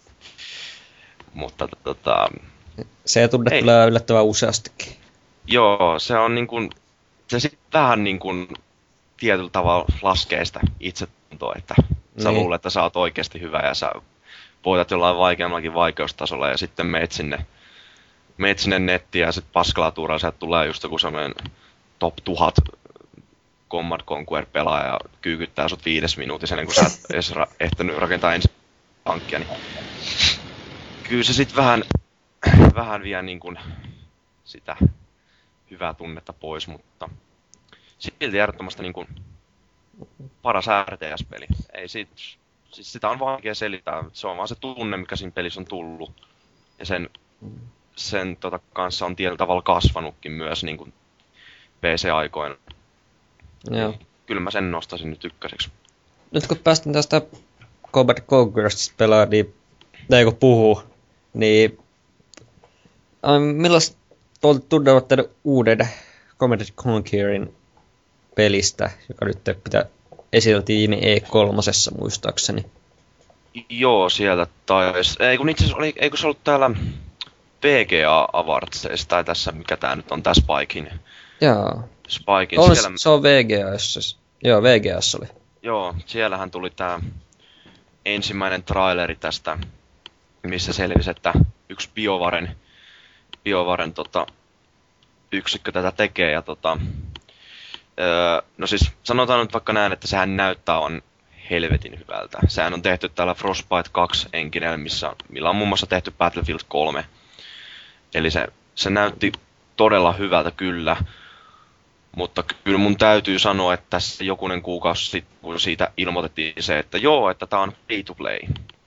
Mutta tota... Se tunnet tulee yllättävän useastikin. Joo, se on niin kuin, se sitten vähän niin kuin tietyllä tavalla laskee sitä itsetuntoa, että sä niin. luulet, että sä oot oikeasti hyvä ja sä voitat jollain vaikeammallakin vaikeustasolla ja sitten meet sinne, meet sinne nettiin ja sitten paskalla tuuralla sieltä tulee just joku semmoinen top tuhat Command Conquer-pelaaja ja kyykyttää sut viides minuutissa ennen kuin sä et edes ra- ehtinyt rakentaa ensin pankkia, niin kyllä se sit vähän, vähän vie niin kuin sitä hyvää tunnetta pois, mutta silti ehdottomasti niin kuin paras R T S-peli. Ei sit, siis sitä on vaikea selittää, se on vaan se tunne, mikä siinä pelissä on tullut. Ja sen, sen tota, kanssa on tietyllä tavalla kasvanutkin myös niin kuin P C-aikoina. Joo. Kyllä mä sen nostasin nyt ykköseksi. Nyt kun päästin tästä Command Conquerista pelaa, niin näin kun puhuu, niin ähm, millaista tunnevat tämän uuden Command Conquerin pelistä, joka nyt pitää esiteltiin viime E kolme muistaakseni. Joo, siellä taisi. Ei kun itse asiassa oli, eikö se ollut täällä V G A Awardsissa, tai tässä, mikä tää nyt on, tää Spikein. Joo. Spikein. On, siellä... Se on V G A:ssa. Joo, V G A:ssa oli. Joo, siellähän tuli tää ensimmäinen traileri tästä, missä selvisi, että yksi BioVaren, BioVaren tota, yksikkö tätä tekee. Ja tota, öö, no siis sanotaan nyt vaikka näin, että sehän näyttää on helvetin hyvältä. Sehän on tehty täällä Frostbite kaksi enkinellä, missä, millä on muun muassa tehty Battlefield kolme. Eli se, se näytti todella hyvältä kyllä. Mutta kyllä mun täytyy sanoa, että tässä jokunen kuukausi sitten, kun siitä ilmoitettiin se, että joo, että tää on free to play.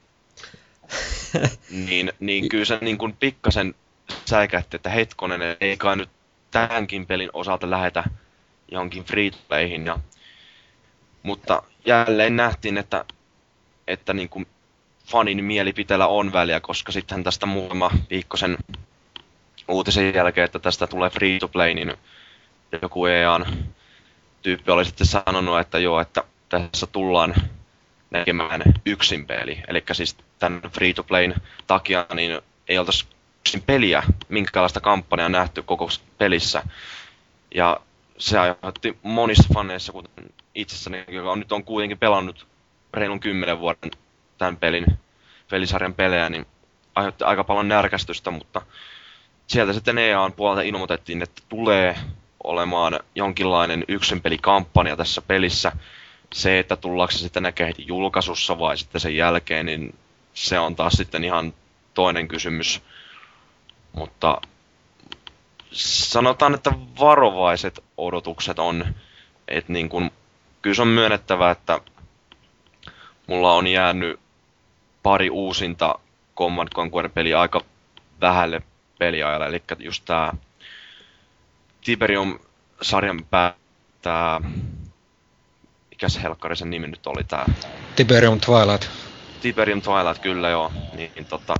niin, niin kyllä se niin kuin pikkasen säikähti, että hetkonen, ei kai nyt tämänkin pelin osalta lähetä johonkin free to playhin. Ja... Mutta jälleen nähtiin, että, että niin kuin fanin mielipiteellä on väliä, koska sitten tästä muutama viikko sen uutisen jälkeen, että tästä tulee free to play, niin joku E A:n tyyppi oli sitten sanonut, että joo, että tässä tullaan näkemään yksin peli. Eli siis tämän free to playn takia niin ei oltaisi yksin peliä, minkälaista kampanjaa nähty koko pelissä. Ja se aiheutti monissa faneissa, kuten itsessäni, joka on nyt on kuitenkin pelannut reilun kymmenen vuoden tämän pelin, pelisarjan pelejä, niin aiheutti aika paljon närkästystä, mutta sieltä sitten E A:n puolelta ilmoitettiin, että tulee olemaan jonkinlainen yksinpelikampanja tässä pelissä. Se, että tullaanko se sitten näkee heti julkaisussa vai sitten sen jälkeen, niin se on taas sitten ihan toinen kysymys. Mutta sanotaan, että varovaiset odotukset on, että niin kun, kyllä se on myönnettävä, että mulla on jäänyt pari uusinta Command Conquer-peliä aika vähälle peliajalle, eli just tää Tiberium-sarjan päättää, mikäs helkkari sen nimi nyt oli tää? Tiberium Twilight. Tiberium Twilight, kyllä joo. Niin, niin, tota,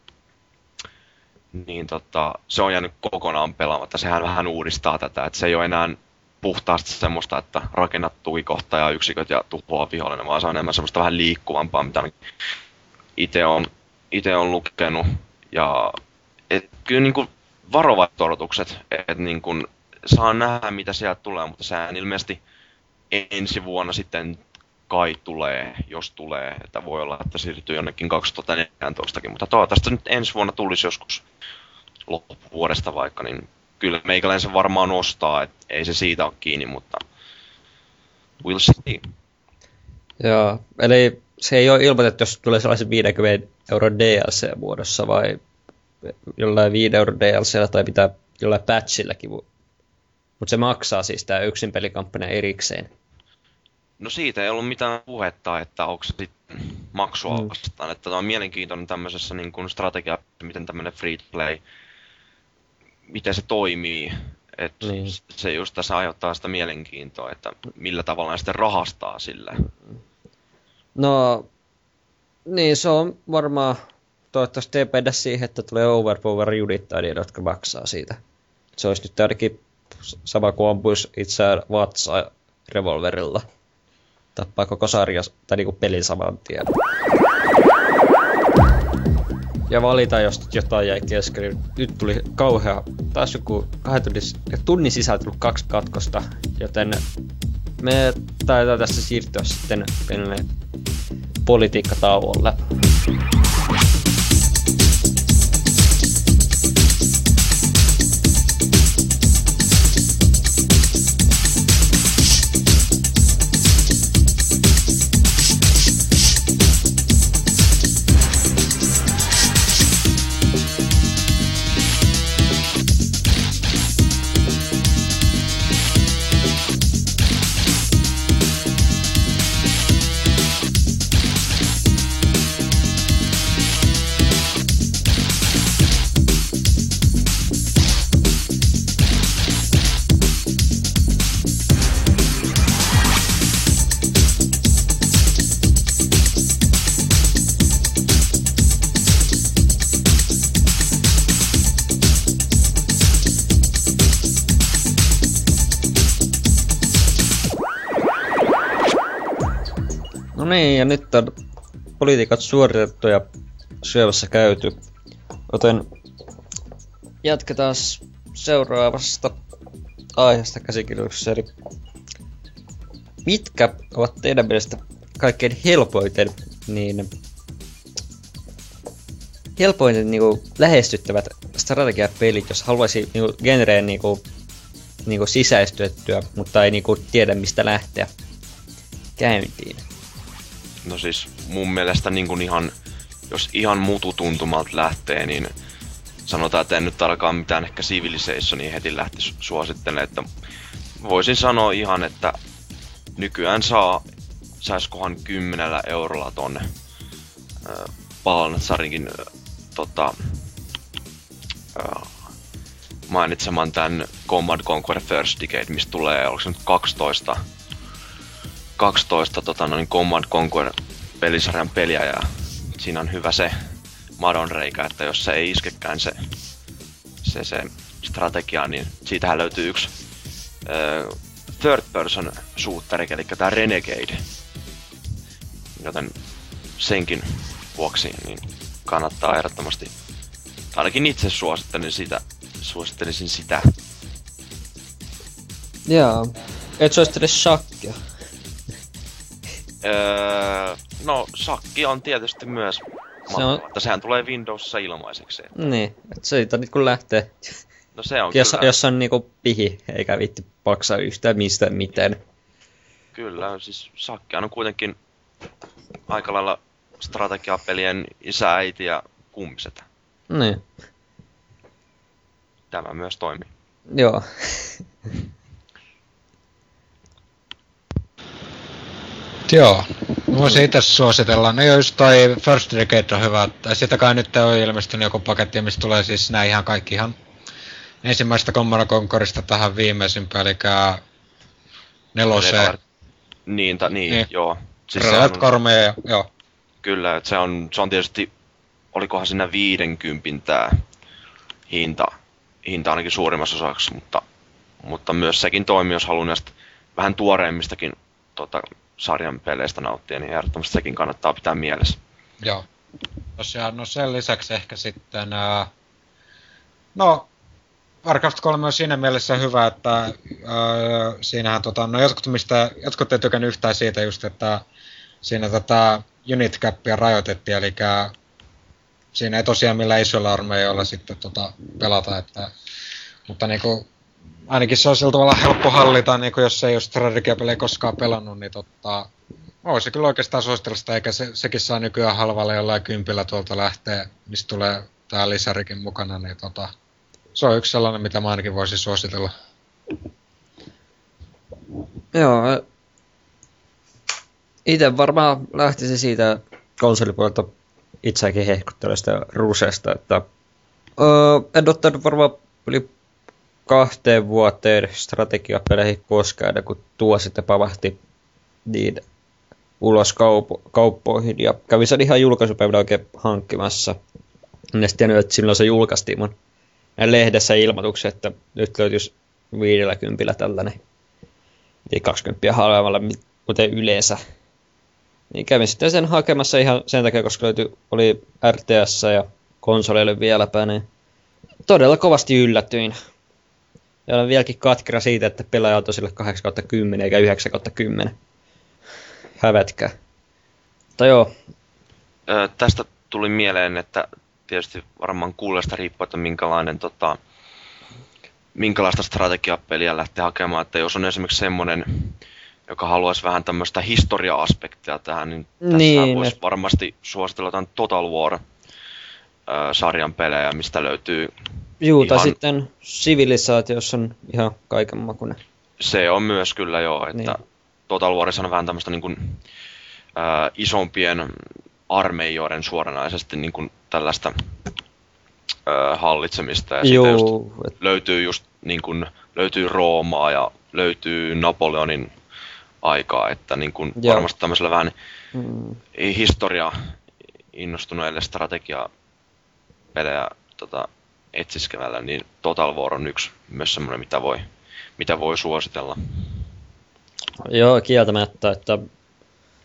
niin tota, se on jäänyt kokonaan pelaamatta. Sehän vähän uudistaa tätä, että se ei ole enää puhtaasti semmoista, että rakennat tukikohta ja yksiköt ja tuhoa vihollinen, vaan se on enemmän semmoista vähän liikkuvampaa, mitä itse on, ite on lukenut. Ja et, kyllä niinku varovaiset odotukset, että niinku, saa nähdä mitä sieltä tulee, mutta sehän ilmeisesti ensi vuonna sitten kai tulee, jos tulee, että voi olla, että siirtyy jonnekin kaksituhattaneljätoistakin, mutta toivottavasti nyt ensi vuonna tulisi joskus loppuvuodesta vaikka, niin kyllä meikäläinen se varmaan ostaa, että ei se siitä ole kiinni, mutta we'll see. Joo, eli se ei ole ilmoitettu, jos tulee sellaisen viidenkymmenen euron D L C-muodossa vai jollain viiden euron D L C:llä tai pitää jollain patchilläkin. Mutta se maksaa siis tää yksin pelikampanja erikseen. No siitä ei ollut mitään puhetta, että onko se sitten maksua mm. vastaan. Että tämä on mielenkiintoinen tämmöisessä niin kuin strategia, miten tämmöinen free to play, miten se toimii. Että niin. Se just tässä aiheuttaa sitä mielenkiintoa, että millä tavalla ne sitten rahastaa sille. No, niin se on varmaan, toivottavasti ei mennä siihen, että tulee overpower judittajia, jotka maksaa siitä. Se olisi nyt ainakin sama kuin ampuisi itseään vatsaa revolverilla. Tappaa koko sarja tai niinku pelin saman tien. Ja valita, jos jotain jäi kesken. Nyt tuli kauhea, taas joku kahden tunnin, tunnin sisältä tullut kaksi katkosta, joten me taitaa tässä siirtyä sitten pienelle politiikkatauolle. No niin, ja nyt on politiikat suoritettu ja syövässä käyty. Joten jatketaan seuraavasta aiheesta käsikirjoituksessa. Eli mitkä ovat teidän mielestä kaikkein helpoiten, niin helpoiten niinku lähestyttävät strategiapelit, jos haluaisi niinku genreen niinku, niinku sisäistyttyä, mutta ei niinku tiedä mistä lähteä käyntiin? No siis mun mielestä niin kuin ihan, jos ihan mututuntumalta lähtee, niin sanotaan, että en nyt tarkaan mitään ehkä Civilizationia heti lähti suosittelemaan, että voisin sanoa ihan, että nykyään saa, saiskohan kymmenellä eurolla ton äh, Balnazarinkin äh, tota, äh, mainitseman tän Command Conquer First Decade, mistä tulee, onko se nyt kaksitoista, kaksitoista tota, noin Command Conquer pelisarjan peliä, ja siinä on hyvä se madonreikä, että jos se ei iskekään se, se, se strategia, niin siitähän löytyy yksi äh, third person shooter, eli tää Renegade. Joten senkin vuoksi niin kannattaa ehdottomasti, ainakin itse suosittelen sitä, suosittelisin sitä. Jaa, et suosittele shakkia? Öö, no, shakki on tietysti myös se on... mutta sehän tulee Windowsissa ilmaiseksi. Että... Niin, et siitä nyt kun lähtee. No se on jos, kyllä. Jos on niinku pihi, eikä viitti maksaa yhtään mistä mitään. Kyllä, siis shakki on kuitenkin aika lailla strategiapelien isä, äiti ja kummiset. Niin. Tämä myös toimii. Joo. Joo, voisin itse suositella. No just toi First Decade on hyvä. Sitä kai nyt on ilmestynyt joku paketti, mistä tulee siis nää ihan kaikki ihan ensimmäistä Command Conquerista tähän viimeisimpään, eli neloseen. Niin, ta, niin, niin, joo. Siis Relat Kormea, joo. Kyllä, että se on, se on tietysti, olikohan siinä viidenkympin tää hinta, hinta ainakin suurimmassa osaksi, mutta, mutta myös sekin toimii, jos haluaa näistä vähän tuoreimmistakin tota, sarjan peleistä nauttia, niin ehdottomasti sekin kannattaa pitää mielessä. Joo. Tosiaan, no sen lisäksi ehkä sitten, ää, no Warcraft kolme on siinä mielessä hyvä, että ää, siinähän tota, no jotkut, mistä, jotkut ei tykännyt yhtään siitä just, että siinä tätä unit capia rajoitettiin, eli siinä ei tosiaan millään isoilla armeijoilla sitten tota, pelata, että, mutta niinku, ainakin se on sillä tavalla helppo hallita, niinku, jos ei ole strategiapelejä koskaan pelannut, niin tota, voisi kyllä oikeastaan suositella sitä, eikä se, sekin saa nykyään halvalla jollain kympillä tuolta lähtee, mistä tulee tää lisärikin mukana, niin tota, se on yksi sellainen, mitä mä ainakin voisin suositella. Joo, itse varmaan lähtisi siitä konsolipuolelta itseäkin hehkuttelemaan sitä rusesta, että öö, en ottanut varmaan yli kahteen vuoteen strategiapeleihin koskaan, kun tuo sitten pavahti niin ulos kaupo- kauppoihin ja kävin sen ihan julkaisupäivänä oikein hankkimassa. En tiennyt, että silloin se julkaistiin mun lehdessä ilmoituksen, että nyt löytyisi viidellä kympillä tällainen, ei kaksikymmentä halvemmalla, kuten yleensä. Niin kävin sitten sen hakemassa ihan sen takia, koska löytyi, oli R T S ja konsoleille vieläpä, niin todella kovasti yllätyin. Ja olen vieläkin katkera siitä, että pelaaja on tosille kahdeksan kautta kymmenen eikä yhdeksän kautta kymmenen. Hävätkää. Mutta joo. Öö, tästä tuli mieleen, että tietysti varmaan kuulesta riippuu, että minkälainen, tota, minkälaista strategiapeliä lähtee hakemaan. Että jos on esimerkiksi semmoinen, joka haluaisi vähän tämmöistä historia-aspektia tähän, niin tässä niin, voisi et... varmasti suositella tämän Total War-sarjan pelejä, mistä löytyy Juu, tai ihan... sitten Civilizations on ihan kaikenmakuinen. Se on myös kyllä joo, että niin. Total Warissa on vähän tämmöistä niin kuin, äh, isompien armeijoiden suoranaisesti niin kuin tällaista äh, hallitsemista. Ja siitä just et... löytyy just niin kuin, löytyy Roomaa ja löytyy Napoleonin aikaa, että niin kuin varmasti tämmöisellä vähän mm. historia innostuneille strategiapelejä tota, etsiskemällä, niin Total War on yksi myös semmoinen, mitä voi, mitä voi suositella. Joo, kieltämättä, että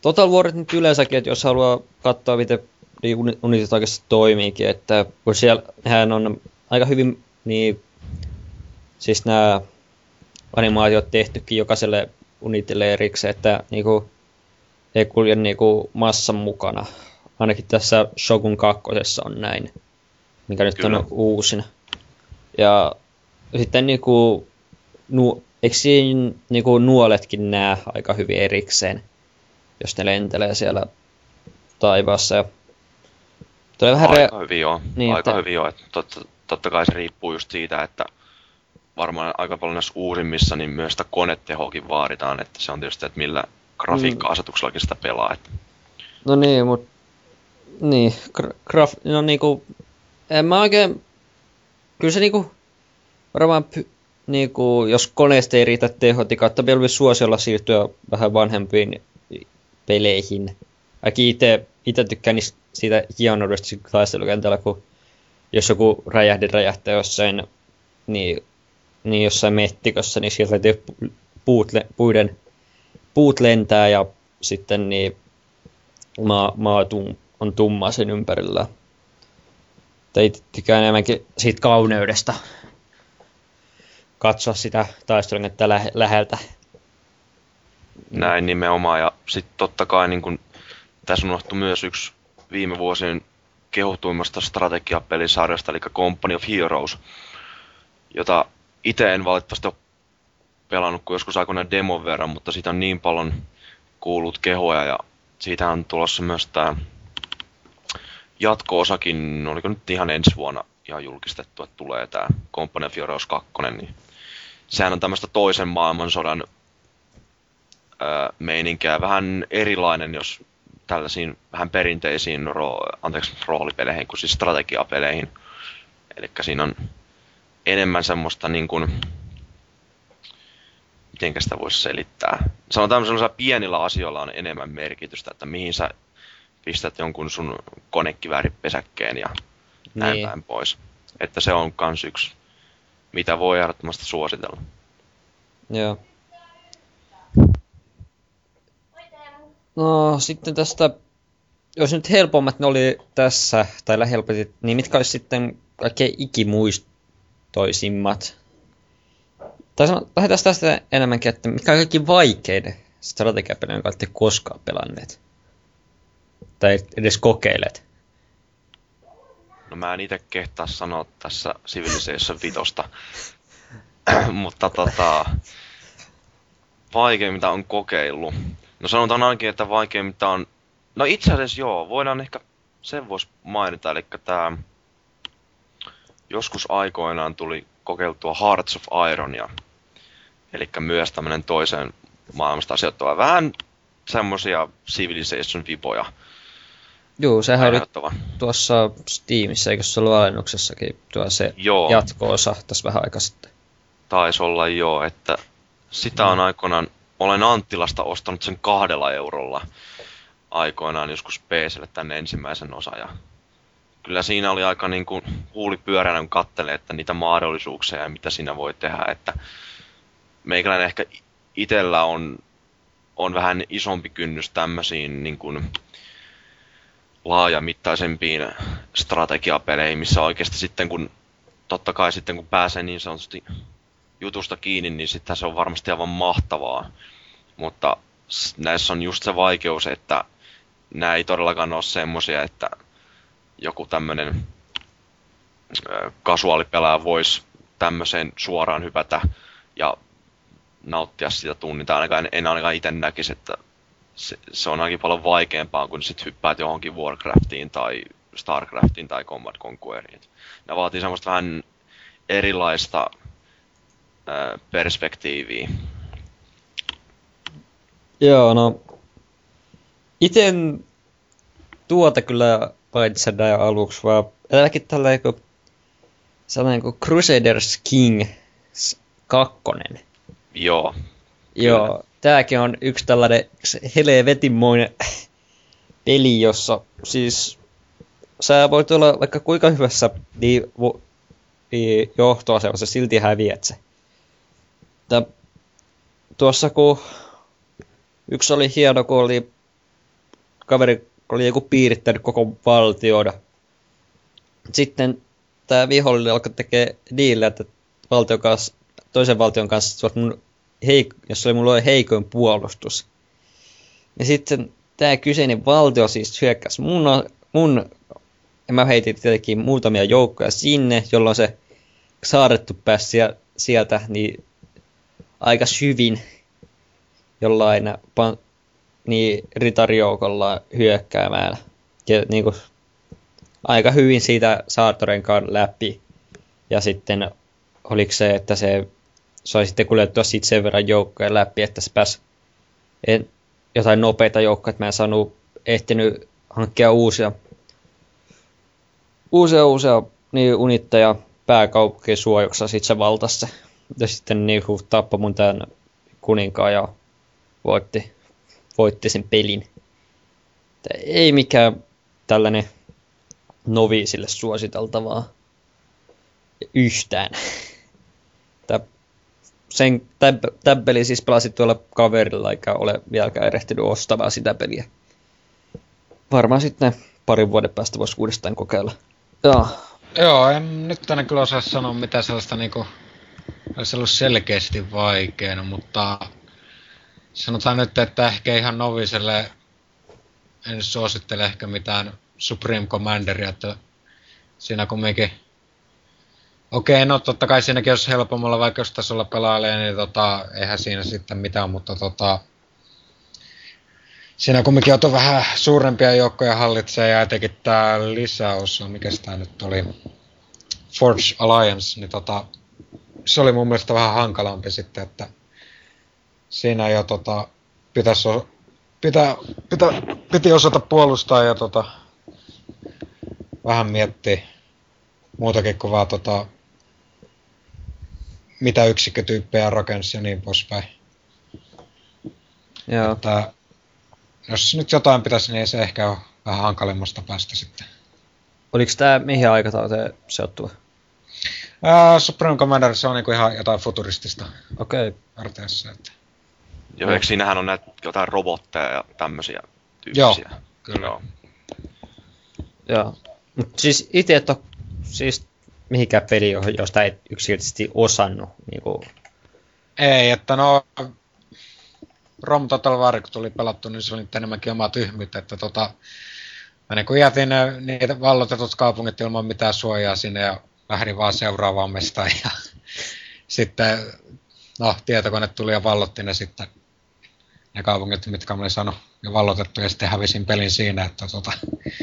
Total Warit nyt yleensäkin, että jos haluaa katsoa, miten unitit oikeasti toimiikin, että kun siellä hän on aika hyvin, niin siis nämä animaatiot tehtykin jokaiselle unitille erikseen, että niinku ei kulje niinku massan mukana. Ainakin tässä Shogun kakkosessa on näin, mikä nyt Kyllä. on uusin. Ja sitten niinku, nu, eikö siinä niinku nuoletkin näe aika hyvin erikseen, jos ne lentelee siellä taivaassa. Ja vähän aika rea- hyvin joo, niin, aika että... hyvin joo. Totta, totta kai se riippuu just siitä, että varmaan aika paljon näissä uusimmissa, niin myös sitä konetehoakin vaaditaan, että se on tietysti, että millä grafiikka-asetuksellakin sitä pelaa. Että... No niin, mut... Niin, gra- graf... No niinku... En mä oikein... Kyllä se niinku... Varmaan py... Niinku, jos koneesta ei riitä tehot, niin kannattaa vielä suosiolla siirtyä vähän vanhempiin peleihin. Ainakin ite, ite tykkään siitä hienoudesta taistelukentällä, kun jos joku räjähde räjähtää jossain, niin, niin jossain mettikossa, niin sieltä puut, puiden, puut lentää ja sitten niin maa, maa tum, on tumma sen ympärillä. Tai tykkään enemmänkin siitä kauneudesta katsoa sitä taistelukenttää lä- läheltä. Näin nimenomaan, ja sitten totta kai niin kun, tässä unohtui myös yksi viime vuosien kehutuimmasta strategiapelisarjasta, eli Company of Heroes, jota itse en valitettavasti ole pelannut kuin joskus aikoinaan demon verran, mutta siitä on niin paljon kuullut kehoja, ja siitä on tulossa myös tämä jatko-osakin, oliko nyt ihan ensi vuonna ihan julkistettu, että tulee tämä Company of Heroes kaksi, niin sehän on tämmöistä toisen maailmansodan öö, meininkiä, vähän erilainen, jos tällaisiin vähän perinteisiin ro- anteeksi, roolipeleihin kuin siis strategiapeleihin. Eli siinä on enemmän semmoista niin kuin, mitenkä sitä voisi selittää. Sanotaan sellaisilla pienillä asioilla on enemmän merkitystä, että mihin sä pistät jonkun sun konekivääripesäkkeen ja näin niin. päin pois. Että se on kans yksi, mitä voi ehdottomasti suositella. Joo. No sitten tästä, jos nyt helpommat ne oli tässä, tai helpotit, niin mitkä olisi sitten kaikkein ikimuistoisimmat? Tai lähdetään tästä enemmänkin, että mitkä on kaikki vaikeiden strategiapelejä, jonka olette koskaan pelanneet? Tai edes kokeilet? No mä en itse kehtaa sanoa tässä Civilization vitosta, mutta tota, vaikein mitä on kokeillut. No sanotaan ainakin, että vaikein mitä on... No itse asiassa joo, voidaan ehkä sen vois mainita, eli tää... Joskus aikoinaan tuli kokeiltua Hearts of Ironia. Eli myös tämmönen toisen maailmasta asioittava. Vähän semmosia Civilization-vipoja. Joo, sehän oli tuossa Steamissa, eikö se ollut alennuksessakin tuo se joo. jatko-osa tässä vähän aikaa sitten? Taisi olla joo, että sitä on aikoinaan... Olen Anttilasta ostanut sen kahdella eurolla aikoinaan joskus P C:lle tänne ensimmäisen osan. Ja kyllä siinä oli aika niin kuin huuli pyöränä, kun katselee, että niitä mahdollisuuksia ja mitä siinä voi tehdä. Että meikäläinen ehkä itsellä on, on vähän isompi kynnys tämmöisiin niin kuin laajamittaisempiin strategiapeleihin, missä oikeasti sitten kun, totta kai sitten kun pääsee niin sanotusti jutusta kiinni, niin sitten se on varmasti aivan mahtavaa. Mutta näissä on just se vaikeus, että nämä ei todellakaan ole semmosia, että joku tämmönen kasuaalipelaaja voisi tämmöiseen suoraan hypätä ja nauttia sitä tunnin. Tai ainakaan, en ainakaan itse näkisi, että se, se on ainakin paljon vaikeampaa, kun sit hyppäät johonkin Warcraftiin tai Starcraftiin tai Command Conqueriin. Ne vaatii semmoista vähän erilaista ää, perspektiiviä. Joo, no... Ite en tuota kyllä paitsi näin aluksi, vaan tälläkin tällainen kuin sellainen kuin Crusaders King kakkonen. Joo. Joo, kyllä. Tääkin on yksi tällainen helvetinmoinen peli, jossa siis sä voit olla vaikka kuinka hyvässä niin, niin johtoasemassa, silti häviät se. Tää, tuossa kun yksi oli hieno, kun oli kaveri oli joku piirittänyt koko valtioida. Sitten tää vihollinen alkoi tekee diilejä, että valtion kanssa, toisen valtion kanssa, että mun heik- jos oli mulla oli heikoin puolustus. Ja sitten tää kyseinen valtio siis hyökkäsi mun, mun ja mä heitin tietenkin muutamia joukkoja sinne, jolloin se saarrettu pääsi sieltä niin aika syvin jollain pan- niin ritarijoukolla hyökkäämään. Ja niin kuin, aika hyvin siitä saartorenkaan läpi. Ja sitten oliko se, että se sai sitten kuljettua sit sen verran joukkoja läpi, että se pääsi en, jotain nopeita joukkoja, että mä en saanut ehtinyt hankkia uusia uusia uusia niin unitteja pääkaupunkien suojuksessa sit se valtasi se. Ja sitten niinku tappoi mun tän kuninkaan ja voitti, voitti sen pelin. Tää ei mikään tällainen noviisille suositeltavaa yhtään. Tää, sen, tämän pelin siis pelasin tuolla kaverilla, eikä ole vieläkään erehtinyt ostamaan sitä peliä. Varmaan sitten parin vuoden päästä voisi uudestaan kokeilla. Joo. Joo, en nyt tänne kyllä osaa sanoa mitä sellaista niinku olisi ollut selkeästi vaikeana, mutta sanotaan nyt, että ehkä ihan noviselle en suosittele ehkä mitään Supreme Commanderia, että siinä kumminkin okei, no totta kai siinäkin jos helpommalla vaikeustasolla pelailee, niin tota, eihän siinä sitten mitään, mutta tota siinä kumminkin joutuu vähän suurempia joukkoja hallitsee ja etenkin tää lisäosa, mikä tää nyt oli, Forge Alliance, niin tota, se oli mun mielestä vähän hankalampi sitten, että siinä jo tota, pitäisi, pitä, pitä, piti osata puolustaa ja tota, vähän miettiä muutakin kuin vaan tota, mitä yksikkötyyppejä rakensi ja niin poispäin. Joo. Että, jos nyt jotain pitäisi, niin se ehkä on vähän hankalimmasta päästä sitten. Oliko tää mihin aikatauteen sijoittuva? Ää, Supreme Commander, se on niinku ihan jotain futuristista. Okei. Okay. Arteessa, että... Joo, eikö siinähän on näitä jotain robotteja ja tämmösiä tyyppisiä? Joo, kyllä. Joo. Joo. Mut siis ite et oo siis mihinkään peli, josta et yksinkertaisesti osannut niinku... Ei, että no... Rom Total War, kun tuli pelattu, niin se oli nyt enemmänkin oma tyhmyyttä, että tota... Mä niin kun jätin niitä vallotetut kaupungit ilman mitään suojaa sinne ja lähdin vaan seuraavaan mestaan ja sitten, no, tietokone tuli ja vallotti ne sitten, ne kaupungit, mitkä mä olin saanut jo vallotettu ja sitten hävisin pelin siinä, että tota...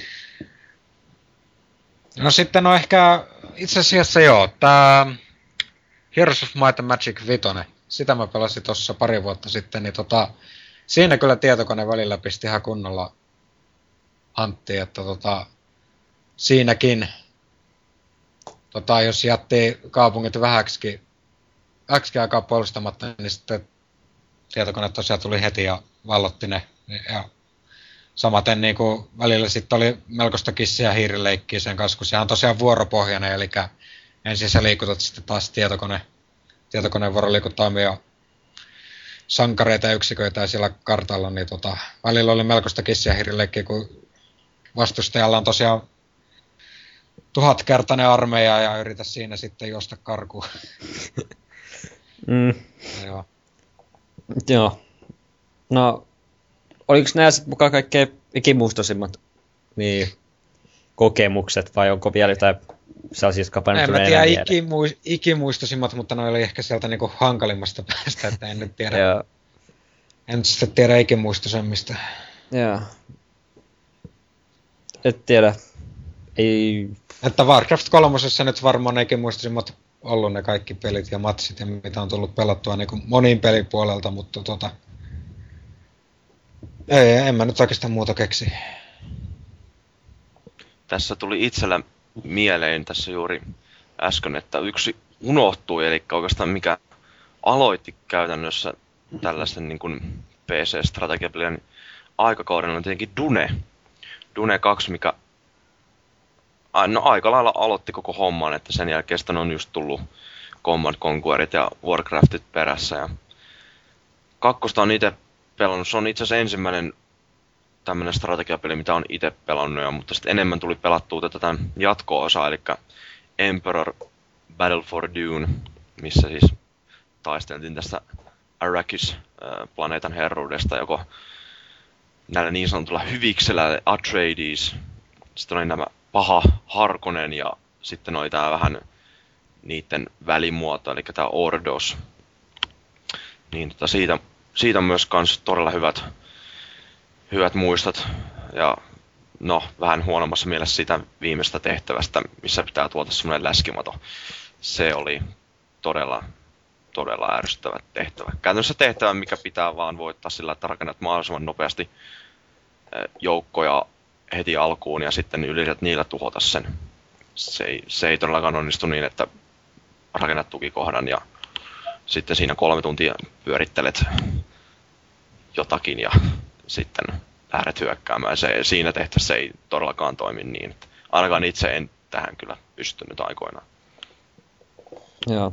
No sitten no ehkä, itse asiassa joo, tää Heroes of Might and Magic viisi, sitä mä pelasin tossa pari vuotta sitten, niin tota, siinä kyllä tietokone välillä pisti ihan kunnolla Antti, että tota, siinäkin, tota, jos jätti kaupungit vähäksikin, vähäksikin aikaa puolustamatta, niin sitten tietokone tosiaan tuli heti ja vallotti ne. Ja samaten niin kuin välillä sitten oli melkoista kissi- ja hiirileikkiä sen kanssa, kun se on tosiaan vuoropohjainen, eli ensin sä liikutat sitten taas tietokone, tietokoneen vuoro liikuttaa omia sankareita ja yksiköitä siellä kartalla, niin tota, välillä oli melkoista kissi- ja hiirileikkiä, kun vastustajalla on tosiaan tuhatkertainen armeija ja yritä siinä sitten juosta karkuun. Mm. Joo. Joo. No, oliko nämä sitten mukaan kaikkein ikimuistoisimmat niin, kokemukset vai onko vielä jotain sellaisia, jotka en mä tiedä ikimuist- ikimuistoisimmat, mutta ne oli ehkä sieltä niinku hankalimmasta päästä, että en nyt tiedä. Joo. En sitten tiedä ikimuistoisemmista. Joo. Et tiedä. Ei... Että Warcraft kolmosessa nyt varmaan ne ikimuistoisimmat ollut ne kaikki pelit ja matsit ja mitä on tullut pelattua niin kuin monin pelipuolelta, mutta tota... Ei, en mä nyt oikeastaan muuta keksi. Tässä tuli itsellä mieleen tässä juuri äsken, että yksi unohtui, eli oikeastaan mikä aloitti käytännössä tällaisen niin kuin P C-strategiapelien aikakauden on tietenkin Dune. Dune kaksi, mikä no, aika lailla aloitti koko homman, että sen jälkeen sitten on just tullut Command Conquerit ja Warcraftit perässä. Ja kakkosta on itse pelannut, se on itse asiassa ensimmäinen tämmönen strategiapeli, mitä on itse pelannut jo, mutta sitten enemmän tuli pelattua tätä jatko-osaa, eli Emperor Battle for Dune, missä siis taisteltiin tästä Arrakis-planeetan herruudesta, joko näillä niin sanotulla hyviksellä Atreides, sitten oli nämä paha Harkonnen ja sitten oli tää vähän niiden välimuoto, eli tää Ordos. Niin tota siitä, siitä on myös kans todella hyvät, hyvät muistot. Ja no, vähän huonommassa mielessä sitä viimeistä tehtävästä, missä pitää tuota semmoinen läskimato. Se oli todella, todella ärsyttävä tehtävä. Käytännössä tehtävä, mikä pitää vaan voittaa sillä, että rakennat mahdollisimman nopeasti joukkoja heti alkuun ja sitten yleensä niillä tuhota sen. Se ei, se ei todellakaan onnistu niin, että rakennat tukikohdan ja sitten siinä kolme tuntia pyörittelet jotakin ja sitten lähdet hyökkäämään. Se, siinä tehtävässä ei todellakaan toimi niin. Että ainakaan itse en tähän kyllä pystynyt aikoinaan. Joo.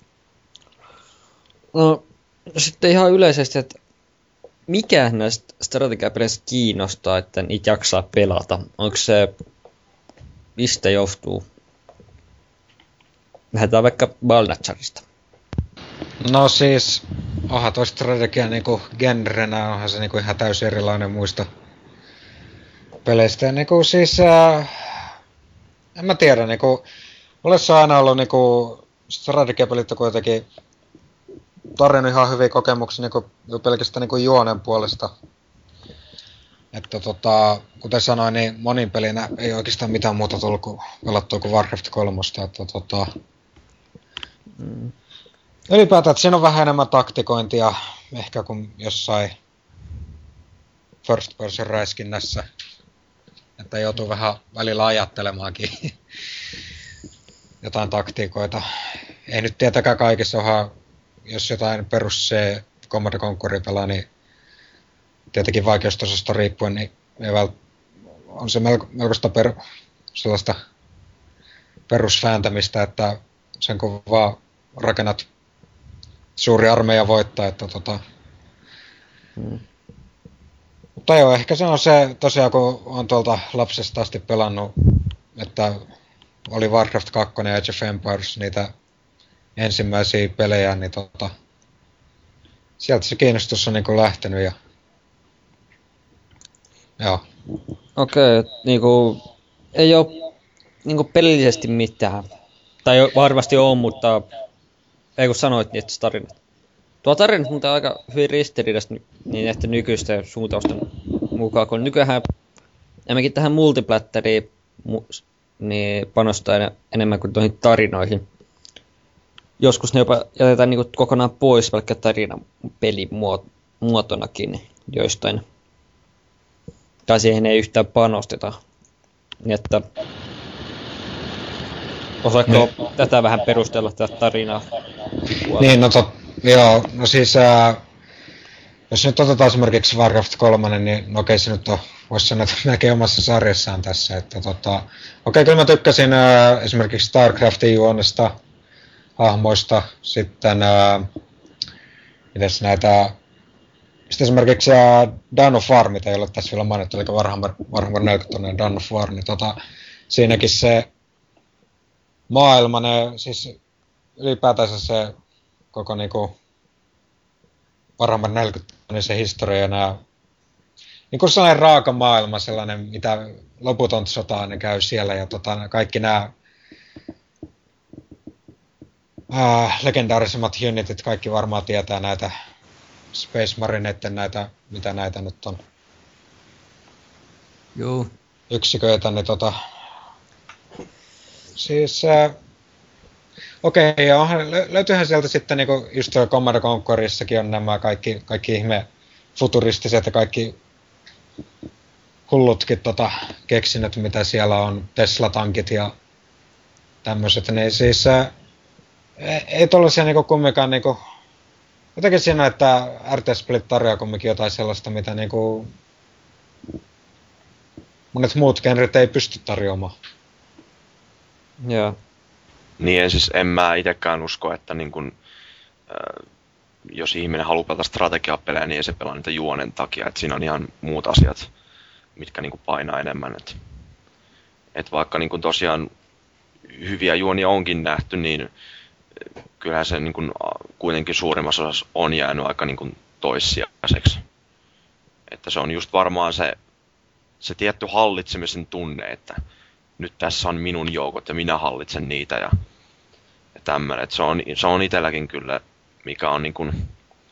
No sitten ihan yleisesti, että mikä näistä strategiapeleistä kiinnostaa, että niitä jaksaa pelata? Onko se, mistä johtuu? Lähdetään vaikka Balnazarista. No siis, onhan toi strategia niinku genrenä, onhan se niinku ihan täysin erilainen muista peleistä. Ja niinku siis, ää, en mä tiedä, niinku, mulle se on aina ollut niinku, strategiapelit on kuitenkin tarjonnut ihan hyviä kokemuksia niinku, pelkästään niinku juonen puolesta. Että tota, kuten sanoin, niin monin pelinä ei oikeastaan mitään muuta tullut kuin pelattua kuin Warcraft kolme. Että tota, mm. Ylipäätään, että siinä on vähän enemmän taktikointia ehkä kuin jossain first person räiskinnässä. Että joutuu vähän välillä ajattelemaankin jotain taktiikoita. Ei nyt tietenkään kaikissa onhan, jos jotain perus C Command and Conqueria pelaa, niin tietenkin vaikeustasosta riippuen, niin vält- on se melko, melkoista per, sellaista perusvääntämistä, että sen kun vaan rakennat suuri armeija voittaa, että tota... Hmm. Mutta joo, ehkä se on se tosiaan, kun on tuolta lapsesta asti pelannut, että oli Warcraft kaksi ja Age of Empires, niitä ensimmäisiä pelejä, niin tota... Sieltä se kiinnostus on niinku lähtenyt ja... Joo. Okei, okay, niinku... Ei oo niinku pelillisesti mitään. Tai varmasti on, mutta... Ei kun sanoit niitä tarinat. Tuo tarinat muuten aika hyvin ristiriidasta niin että nykyistä suuntausten mukaan, kun nykyään enemmänkin tähän multiplatteriin niin panostaa enemmän kuin noihin tarinoihin. Joskus ne jopa jätetään niinku kokonaan pois, vaikka tarinan pelimuotonakin joistain. Tai siihen ei yhtään panosteta. Niin että... Osaatko ne. tätä vähän perustella, tätä tarinaa? Niin, no tot, joo, no siis ää, jos nyt otetaan esimerkiksi Warcraft kolme, niin no okei se nyt on, voisi sanoa, että melkein omassa sarjassaan tässä, että tota, okei kyllä mä tykkäsin ää, esimerkiksi Starcraftin juonesta, hahmoista, sitten ää, mites näitä, sitten esimerkiksi ää, Dawn of War, mitä ei ole tässä vielä mainittu, eli Warhammer, Warhammer neljäkymmentä, Dawn of War, niin tota, siinäkin se maailma, ne, siis ylipäätänsä se koko niinku Warhammer neljäkymmentä, niin se historia ja nää niinku sellainen raaka maailma, sellainen mitä loputon sotaa ne käy siellä ja tota, kaikki nämä äh, legendaarisemmat unitit, kaikki varmaan tietää näitä Space Marineiden näitä, mitä näitä nyt on. Joo. Yksiköitä, niin tota siis äh, okei, okay, ja onhan, löytyyhän sieltä sitten niinku just Command and Conquerissakin on nämä kaikki, kaikki ihme futuristiset ja kaikki hullutkin tota, keksinnöt, mitä siellä on, Tesla-tankit ja tämmöiset, niin siis ää, ei tollasia niinku kumminkaan niinku, jotenkin siinä, että R T S-pelit tarjoaa kumminkin jotain sellaista, mitä niinku monet muut genret ei pysty tarjoamaan. Joo. Niin, en, siis en mä itekään usko, että niin kun, äh, jos ihminen haluaa pelata strategiapelejä, niin ei se pelaa niitä juonen takia, että siinä on ihan muut asiat mitkä niinku painaa enemmän. Et, et vaikka niinku tosiaan hyviä juonia onkin nähty, niin kyllähän se niinku kuitenkin suurimmassa osassa on jäänyt aika niinku toissijaiseksi. Että se on just varmaan se, se tietty hallitsemisen tunne, että nyt tässä on minun joukot ja minä hallitsen niitä ja, ja tämmöinen. Se on, se on itselläkin kyllä, mikä on, niin kuin,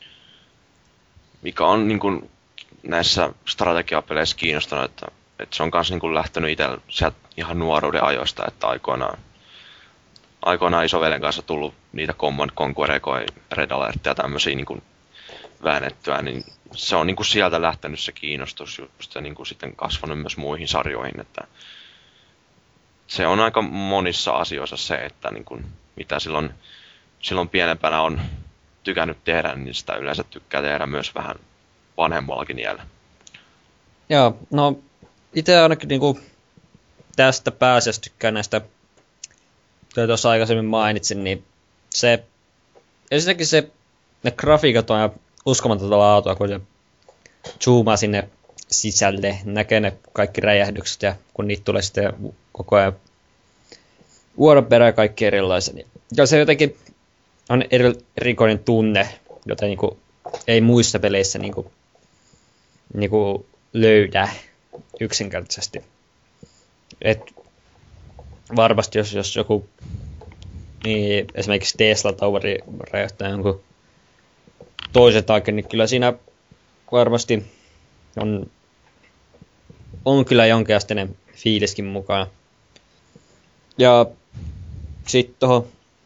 mikä on niin kuin näissä strategiapeleissä kiinnostanut, että, että se on myös niin kuin lähtenyt itsellä sieltä ihan nuoruuden ajoista, että aikoinaan, aikoinaan isovelen kanssa tullut niitä Command Conquer, Red Alert ja tämmöisiä niin kuin väännettyä, niin se on niin kuin sieltä lähtenyt se kiinnostus just ja niin kuin sitten kasvanut myös muihin sarjoihin, että se on aika monissa asioissa se, että niin kuin mitä silloin, silloin pienempänä on tykännyt tehdä, niin sitä yleensä tykkää tehdä myös vähän vanhemmallakin iällä. Joo, no itse ainakin niinku tästä pääasiassa tykkään näistä, kuten tuossa aikaisemmin mainitsin, niin se, ensinnäkin se, ne grafiikat on uskomatonta laatua, kun se zoomaa sinne sisälle, näkee ne kaikki räjähdykset ja kun niitä tulee sitten koko ajan vuoron perään kaikki erilaisia. Ja se jotenkin on eri, erikoinen tunne, jota niinku ei muissa peleissä niinku, niinku löydä yksinkertaisesti. Et varmasti jos, jos joku niin esimerkiksi Tesla Toweri räjähtää jonkun toisen takia, niin kyllä siinä varmasti on, on kyllä jonkinasteinen fiiliskin mukana. Ja sitten tuohon,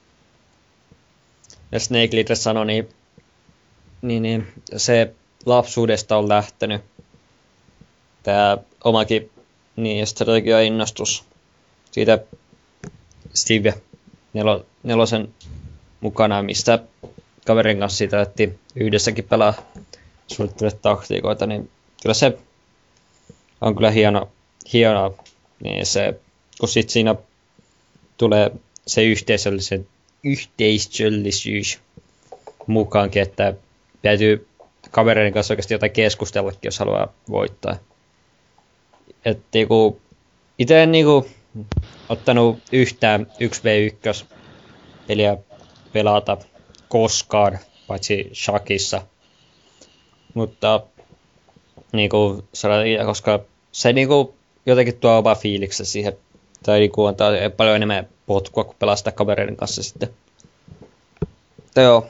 ja Snake Leader sanoi, niin, niin, niin se lapsuudesta on lähtenyt tämä omakin niin, strategia-innostus siitä Steve nelo, nelosen mukana, mistä kaverin kanssa siitä alettiin yhdessäkin pelaa suunnittelemaan taktiikoita, niin kyllä se on kyllä hieno, hienoa, niin se, kun sit siinä tulee se yhteisöllisen, yhteisöllisyys mukaankin, että täytyy kavereiden kanssa oikeasti jotain keskustellakin, jos haluaa voittaa. Että niinku, itse en niinku ottanut yhtään yksi vastaan yksi peliä pelata koskaan, paitsi Shakissa. Mutta niinku, koska se niinku jotenkin tuo oma fiiliksen siihen, tai niinku antaa paljon enemmän potkua, kun pelaa sitä kavereiden kanssa sitten. Mutta joo.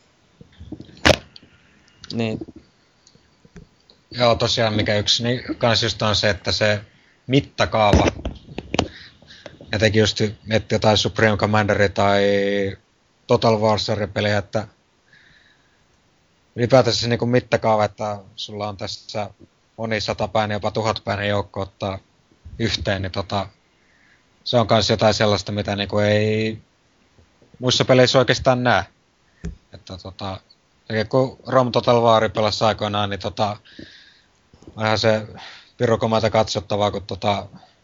Niin. Joo, tosiaan mikä yksi niin kans just on se, että se mittakaava, etenkin just miettii jotain Supreme Commanderia tai Total War-sarjapelejä, että ylipäätänsä se niin kuin mittakaava, että sulla on tässä moni satapäinen, jopa tuhatpäinen joukko ottaa yhteen, niin tota, se on kans jotain sellaista, mitä niin kuin ei muissa peleissä oikeastaan näe. Että tota, kun Rom Total War pelasi aikoinaan, niin tota, onhan se pirukomaita katsottavaa, kun tota,